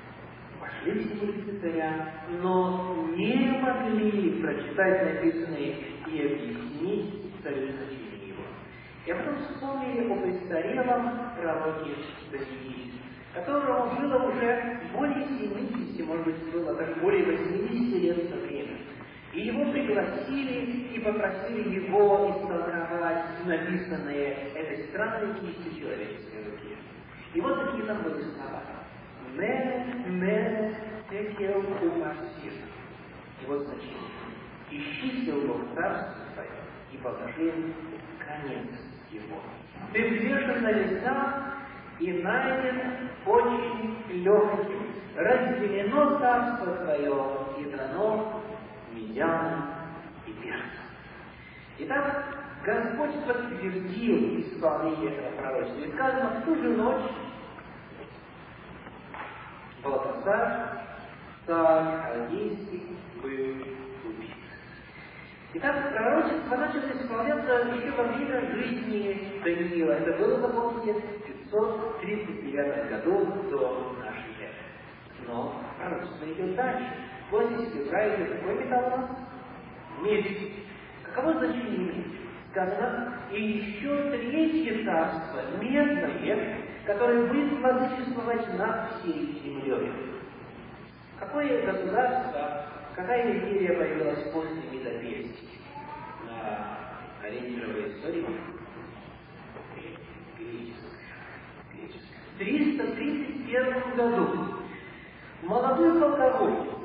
пошли все лица царя, но не могли прочитать написанное и объяснить царю значение его. И потом вспомнили о престарелом пророке Данииле, которому было уже более 70, может быть, было даже более 80 лет со временем. И его пригласили и попросили его истолковать написанное этой странной кистью человеческой руки. И вот такие там были слова. Ме текел упасир. И вот значение. Исчислил Бог царство свое и положил конец его. Ты взвешен на весах и найден очень легким. Разделено царство твое и дано медянам и перцам. Итак, Господь подтвердил исполнение этого пророчества. И сказано, в ту же ночь Владосар, царь халдейский, был убит. Итак, пророчество начало исполняться еще во время жизни Даниила. Это было, запомните, в 539 году до нашей эры. Но пророчество идет дальше. Вот здесь в Израиле какой металл у нас? Медь. Каково значение меди? Сказано, и еще третье царство, медное, которое будет владычествовать над всей землей. Какое государство, какая империя появилась после Медо-Персии на арене мировой истории? Греческая. В 331 году молодой полководец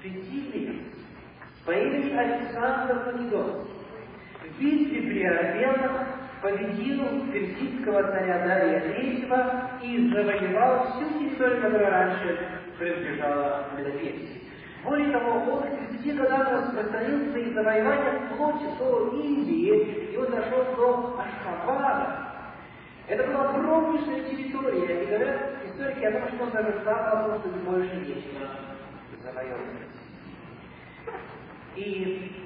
святитель по имени Александр Македонский в битве при Арбелах победил персидского царя Дария III и завоевал всю территорию, которая раньше принадлежала Медоперсии. Более того, он к 30 годам распространил свои завоевания вплоть до Индии, и он дошел до Ашхабада. Это была огромнейшая территория, и говорят историки о том, что он даже знал о том, что больше нечего завоевывать. И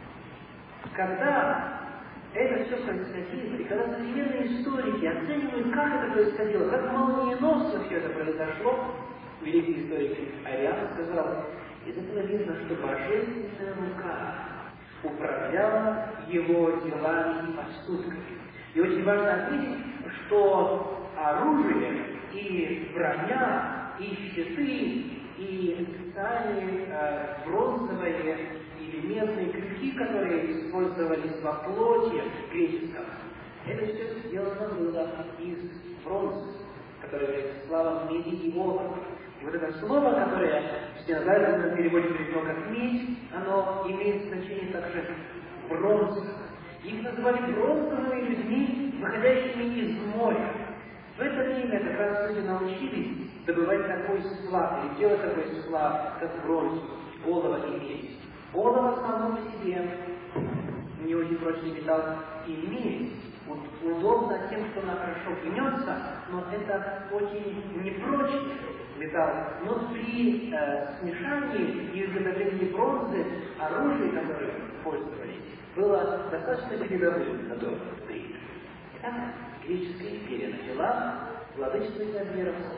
когда это все происходило, и когда современные историки оценивают, как это происходило, как молниеносно все это произошло, великий историк Ариан сказал, из этого видно, что божественная рука управляла его делами и поступками. И очень важно отметить, что оружие и броня, и щиты, и специальные бронзовые или медные крюки, которые использовались во флоте греческом, это все сделано было из бронзы, которая является сплавом меди и волоса. И вот это слово, которое в синодальном переводе переведено как медь, оно имеет значение также бронза. Их называли бронзовыми людьми, выходящими из моря. В это время как раз люди научились добывать такой сплав, или делать такой сплав, как бронзу, олово и медь. Олово само по себе не очень прочный металл, и медь удобно тем, что она хорошо гнется, но это очень непрочный металл. Но при смешании и изготовлении бронзы оружие, которое пользовались, было достаточно передовым на тот период. Итак, греческая империя начала владычествовать над миром с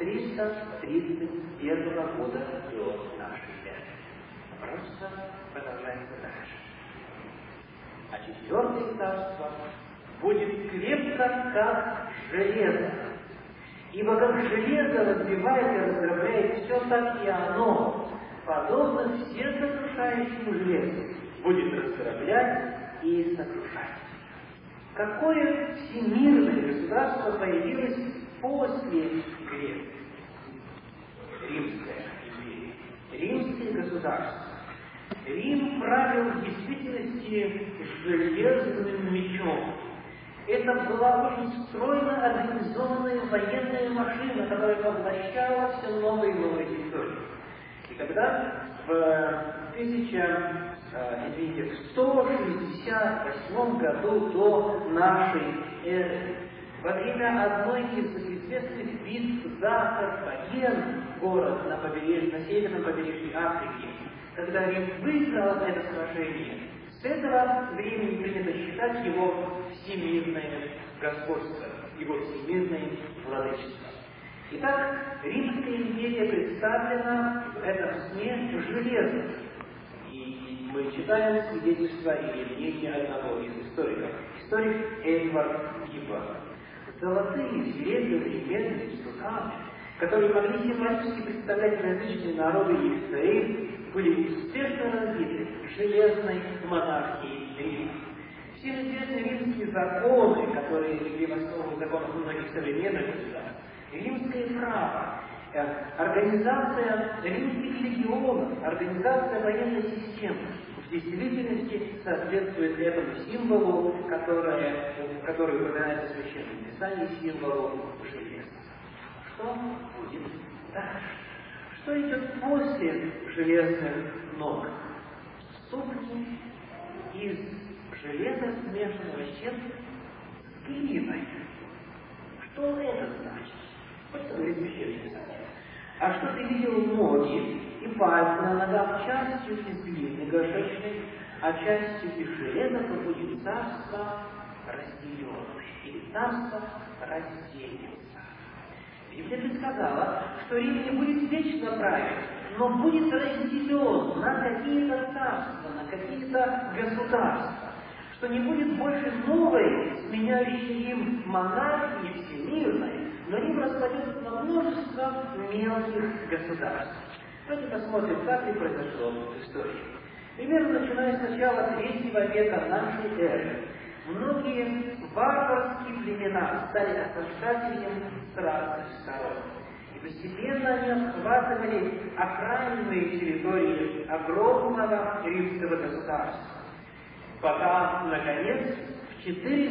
331 года до нашей эры. Просто продолжается дальше. А четвертое царство будет крепко, как железо. Ибо как железо разбивает и разрабляет все, так и оно, подобно всесокрушающему железу, будет разраблять и сокрушать. Какое всемирное государство появилось после Греции? Римская империя. Римское государство. Рим правил в действительности железным мечом. Это была очень стройно организованная военная машина, которая поглощала все новые и новые территории. И когда в 168 году до нашей эры, во время одной из известных битв за Карфаген, город на северном побережье Африки, когда Рим выиграл это сражение, с этого времени принято считать его всемирное господство, его всемирное владычество. Итак, Римская империя представлена в этом сне железом. И мы читаем свидетельства и мнения одного из историков. Историк Эдвард Гиббон. Золотые, серебряные, медные суканы, которые могли символически представлять различные народы и их царей, были успешно развиты в железной монархии Рима. Всем известны римские законы, которые легли в основу законов многих современных государств. Римское право, организация римских легионов, организация военной системы в действительности соответствует этому символу, который упоминается в Священном Писании, символу железа. Что будет дальше? Что идет после железных ног? Ступни из железа, смешанного с чем? С глиной. Что это значит? Вот что говорит Священное Писание. А что ты видел ноги и пальцы на ногах частью из глины горшечной, а частью из железа, то будет царство разделенное, или царство разделится. Библия предсказала, что Рим не будет вечно править, но будет разделен на какие-то царства, на какие-то государства, что не будет больше новой, сменяющей Рим монархии всемирной, но Рим распадется на множество мелких государств. Давайте посмотрим, как это произошло в истории. Примерно начиная с начала 3 века нашей эры, многие варварские племена стали осаждателями с разных сторон. И постепенно они охватывали окраинные территории огромного римского государства. Пока, наконец, в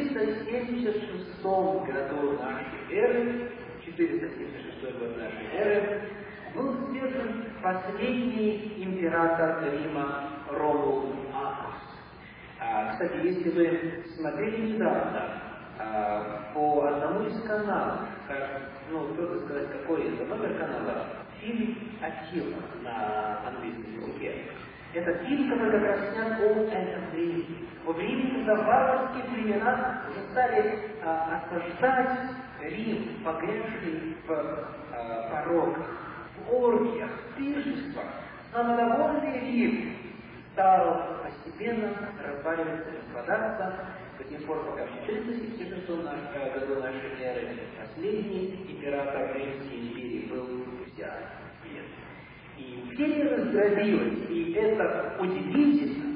476 году нашей эры, 476 год нашей эры, был свержен последний император Рима Ромул Август. Кстати, если вы смотрели недавно по одному из каналов, трудно сказать, какой это номер канала, фильм «Аттила» на английском языке. Это фильм, который как раз снят о этом времени. Во времени, когда варварские племена стали осаждать Рим, погрязший в пороках, в оргиях, в пиршествах. Самодовольный Рим стал постепенно разваливаться и распадаться до тех пор, пока в 476 году нашей эры последний император Римской империи был взят в плен. И империя раздробилась, и это удивительно,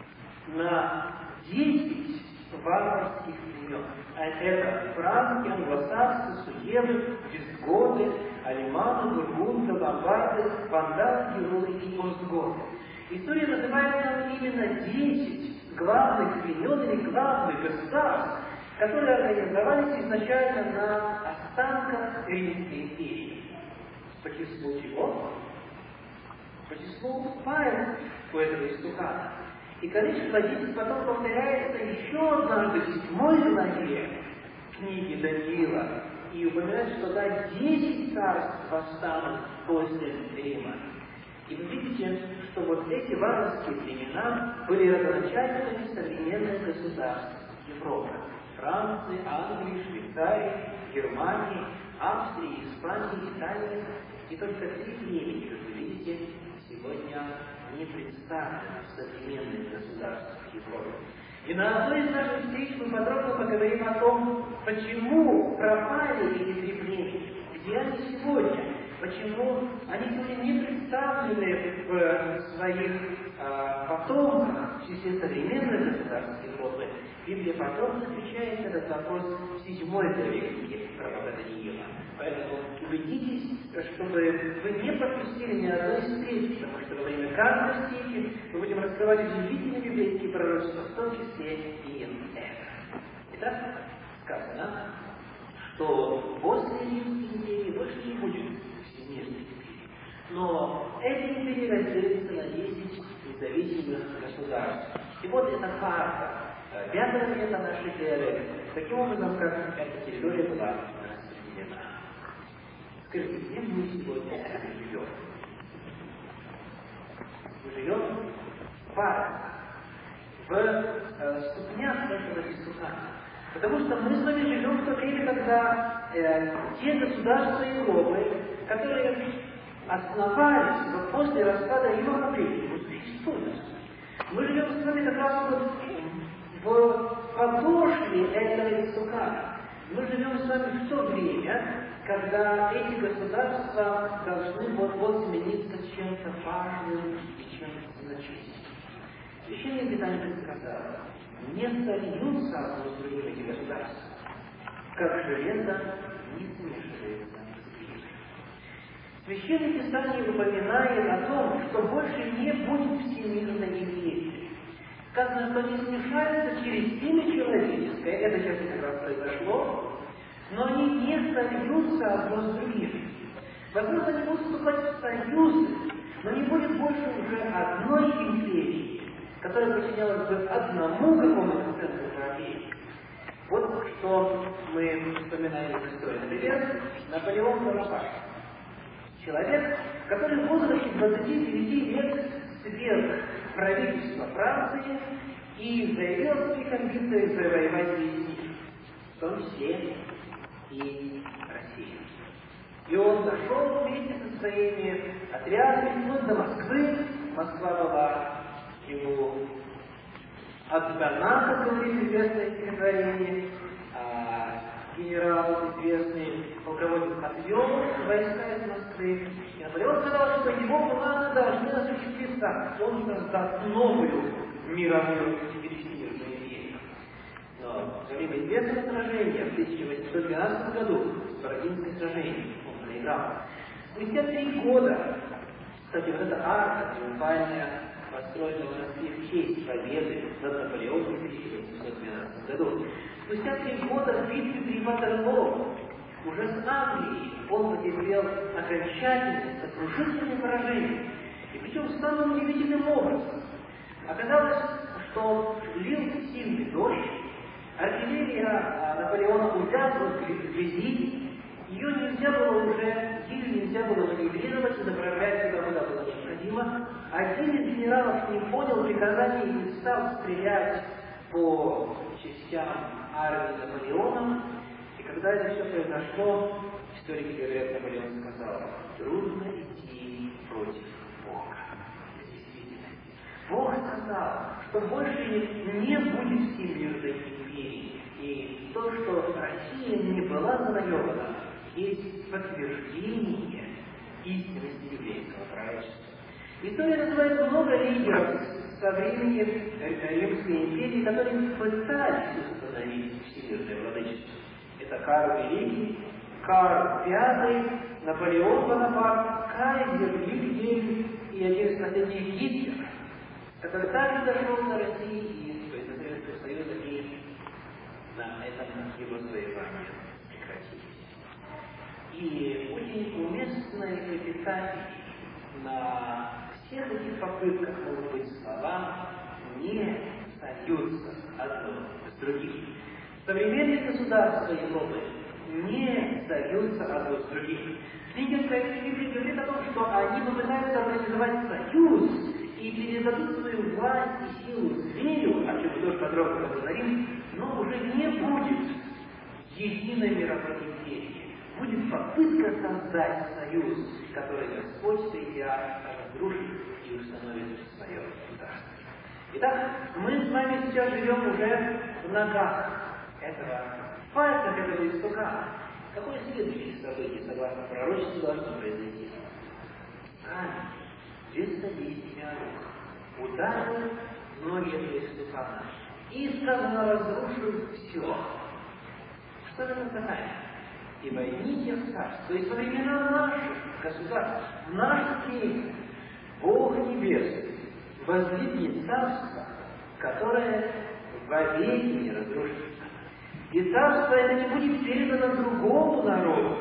на 10 варварских племен. Это франки, англосаксы, суверы, визготы, алиманы, бургунды, ломбарды, вандалы, геруны и остготы. История называет нам именно 10 главных племен или главных государств, которые организовались изначально на останках Римской империи. По числу чего? По числу пальцев у этого истукана. И количество 10 потом повторяется еще однажды в 7 главе книги Даниила. И упоминает, что 10 царств восстанут после Рима. И вы видите, что вот эти варварские племена были родоначальниками современных государств Европы. Франции, Англии, Швейцарии, Германии, Австрии, Испании, Италии. И только 3 племени, как вы видите, сегодня не представлены в современных государствах Европы. И на одной из наших встреч мы подробно поговорим о том, почему пропали эти 3 племени, где они сегодня, почему они сегодня не представлены в своих потомках в числе современных государств Европы. Библия подробно отвечает на этот вопрос в 7 главе книги пророка Даниила. Поэтому убедитесь, чтобы вы не пропустили ни одной встречи, потому что во время каждой встречи мы будем раскрывать удивительные библейские пророчества, в том числе и это. Итак, сказано, что после Римской империи больше не будет всемирной империи. Но эта империя разделится на 10 независимых государств. И вот эта карта 5 века нашей эры, таким образом, как эта территория была распределена. Скажите, где мы сегодня живем? Мы живем в парах, в ступнях этого истукана. Потому что мы с вами живем в то время, когда те государства Европы, которые основались после распада Рима, по-прежнему существуют. Мы живем с вами как раз вот в подошве этого истукана. Мы живем с вами в то время, когда эти государства должны вот-вот смениться чем-то важным и чем-то значительным. Священное Писание сказано: не сольются одно с другим эти государства, как железо не смешивается с глиной. Священное Писание упоминает о том, что больше не будет всемирной империи. Сказано, что не смешаются через семя человеческое, это сейчас как раз произошло, но они не сольются одно с другим. Возможно, они будут вступать в союзы, но не будет больше уже одной империи, которая подчинялась бы одному какому-то центру правления. Вот что мы вспоминаем из истории. Например, Наполеон Бонапарт. Человек, который в возрасте 29 лет сверг правительство Франции и заявил о своих амбициях завоевать весь мир, в том числе и Россию. И он дошел вместе со своими отрядами вплоть до Москвы. Москва была ему отдана, как говорит известное стихотворение, генерал известный полководец отвел войска из Москвы. И Наполеон сказал, что его планы должны осуществиться. Он создаст новую мировую или всемирную империю. Но во время известного сражения в 1812 году, Бородинское сражение, он проиграл. Спустя 3 года, кстати, вот эта арка триумфальная, построена в Москве в честь победы над Наполеоном в 1812 году. Спустя 3 года в битве при Ватерлоо уже с Англией он потерпел окончательное сокрушительное поражение. И причем самым удивительным образом. Оказалось, что лил сильный дождь, артиллерия Наполеона увязла в грязи, ее нельзя было уже, ею нельзя было маневрировать и направлять туда, куда было необходимо. Один из генералов не понял приказания и не стал стрелять по частям армии Наполеона. И когда это все произошло, историки говорят, Наполеон сказал: трудно идти против Бога. Действительно, Бог сказал, что больше не будет Всемирной империи. И то, что Россия не была завоевана, есть подтверждение истинности еврейского пророчества. История называет много лидеров со времени Римской империи, которые пытались установить всемирное владычество. Это Карл Великий, Карл V, Наполеон Бонапарт, кайзер Вильгельм и один из последних Гитлер, который также дошел до России и до Советского Союза, и на этом его завоевания прекратились. И очень уместное эпитафии на всех этих попытках могут быть слова «не сольются одно с другим». Современные государства Европы не сольются одно с другим. Книга Библии говорит о том, что они попытаются организовать союз и передадут свою власть и силу зверю, о чем мы тоже подробно поговорим, но уже не будет единой мировой империи. Будет попытка создать союз, который Господь придя разрушит и установит свое государство. Итак, мы с вами сейчас живем уже в ногах этого, в пальцах этого истока. Какое следующее событие, согласно пророчеству, должно произойти? Камень, бессодействия рук, ударил ноги этого истока и, сказано, разрушил все. Что это такое? И войните в царство. И со времена наших государств, наш день, Бог Небесный воздвигнет царство, которое вовеки не разрушится. И царство это не будет передано другому народу.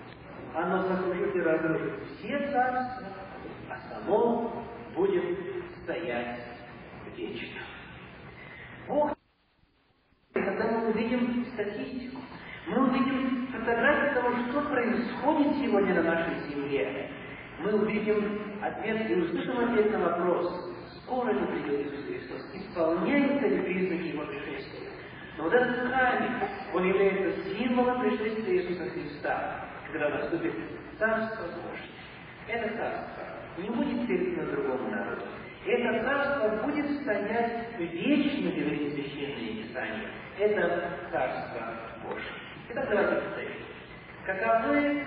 Оно сокрушит и разрушит все царства, а само будет стоять вечно. Бог, когда мы увидим статистику, мы увидим фотографии того, что происходит сегодня на нашей земле, мы увидим ответ и услышим ответ на вопрос, скоро ли придет Иисус Христос, исполняются ли признаки Его пришествия. Но вот этот камень, он является символом пришествия Иисуса Христа, когда наступит Царство Божье. Это царство не будет передано другому народу. Это царство будет стоять вечно, говорит Священное Писание. Это Царство Божье. Итак, давайте посмотрим. Каковы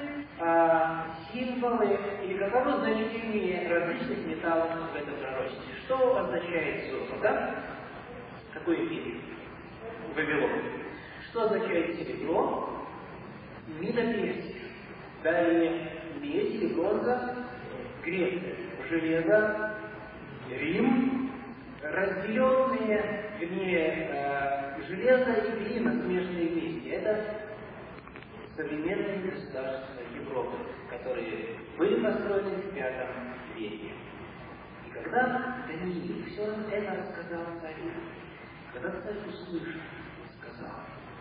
символы или каково значение различных металлов в этом пророчестве? Что означает золото? Какое имя? Вавилон. Что означает серебро? Медоперсия. Далее медь или бронза, Греция. Железо, Рим. Разделенные, вернее, железо и глина смешанные вместе. Это современные государства Европы, которые были построены в V веке. И когда Даниил все это рассказал царю, когда царь услышал, сказал: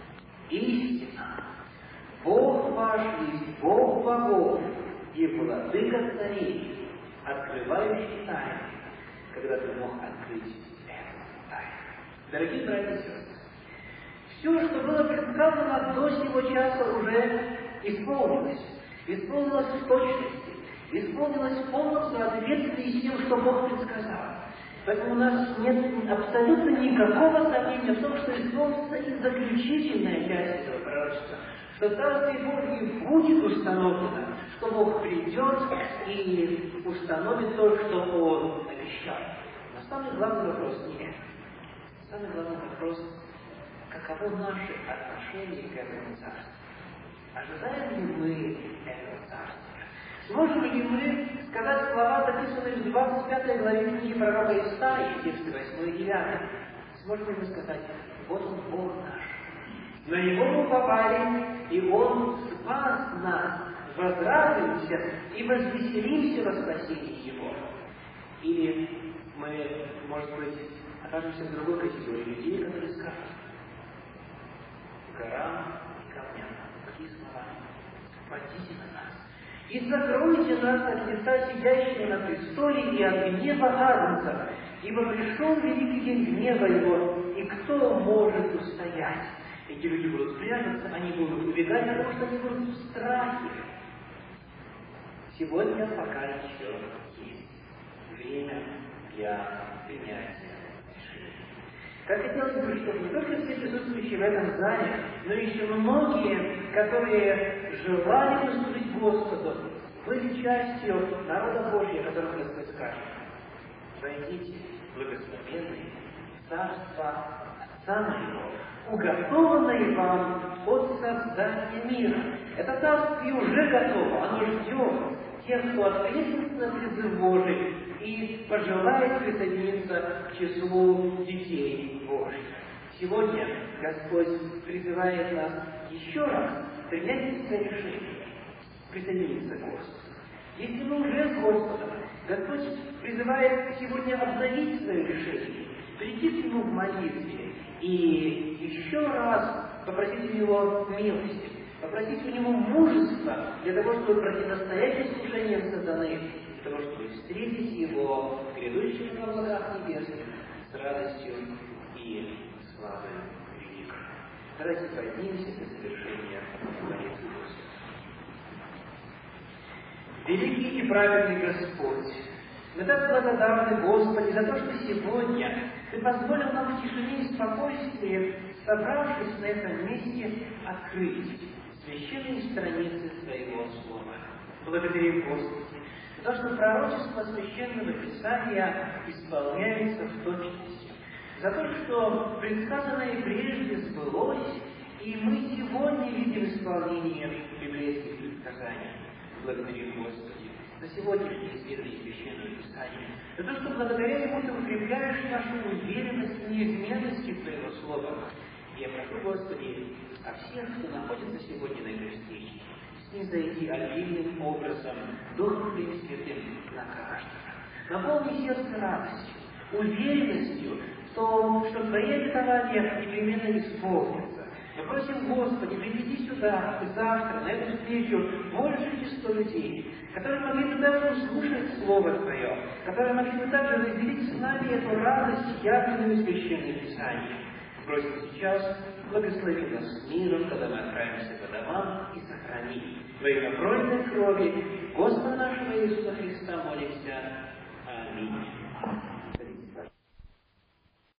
истина, Бог ваш есть Бог богов и владыка царей, открывающий тайны, когда ты мог открыть эту тайну. Дорогие братья и сестры, все, что было предсказано до сего часа, уже исполнилось. Исполнилось в точности. Исполнилось в полном соответствии с тем, что Бог предсказал. Поэтому у нас нет абсолютно никакого сомнения в том, что исполнится и заключительная часть этого пророчества, что Царствие Божье будет установлено, что Бог придет и установит то, что Он обещал. Но самый главный вопрос не это. Самый главный вопрос: каково наше отношение к этому царству? Ожидаем ли мы этого царствия? Сможем ли мы сказать слова, записанные в 25 главе книги пророка Исаии, тексты 8 и 9? Сможем ли мы сказать: вот он, Бог наш, на Него мы уповали, и Он спас нас, возрадуемся и возвеселимся во спасении Его? Или мы, может быть, окажемся в другой категории людей, которые скажут: горам и камням, какие слова, подите на нас и закройте нас от лица сидящего на престоле и от гнева Агнца, ибо пришел великий день гнева Его, и кто может устоять? Эти люди будут прятаться, они будут убегать, потому что они будут в страхе. Сегодня пока еще есть время для принятия решений. Как хотелось бы, чтобы не только все присутствующие в этом зале, но еще многие, которые желали послужить Господу, были частью народа Божьего, которому Господь скажет: войдите в благословенное царство Отца Моего, уготованное вам от создания мира. Это царствие уже готово, оно ждет тех, кто ответится на призыв Божий и пожелает присоединиться к числу детей Божьих. Сегодня Господь призывает нас еще раз принять это решение, присоединиться к Господу. Если мы уже с Господом, Господь призывает сегодня обновить свое решение, прийти к Нему в молитве и еще раз попросить у Него милости, попросить у Него мужества для того, чтобы противостоять искушениям сатаны, для того, чтобы встретить Его в грядущих облаках небесных с радостью и славой великой. Давайте поднимемся для совершения молитвы Господа. Великий и праведный Господь, мы так благодарны, Господи, за то, что сегодня Ты позволил нам в тишине и спокойствии, собравшись на этом месте, открыть священные страницы Своего Слова. Благодарим, Господи, за то, что пророчество Священного Писания исполняется в точности, за то, что предсказанное прежде сбылось, и мы сегодня видим исполнение библейских предсказаний. Благодарим, Господи, за сегодняшнее исследование Священного Писания, за то, что благодаря ему Ты укрепляешь нашу уверенность в неизменности Твоего Слова. И я прошу, Господи, о всех, кто находится сегодня на этой встрече, снизойди обильным образом Духом Твоим Святым на каждого. Наполни сердце радостью, уверенностью в том, что Твои обетования непременно исполнятся. Мы просим, Господи, приведи сюда завтра, на эту встречу, большее число людей, которые могли бы также услышать Слово Твое, которые могли бы также разделить с нами эту радость, явленную в Священном Писании. Просим сейчас, благослови нас миром, когда мы отправимся по домам, и сохрани во имя крови Господа нашего Иисуса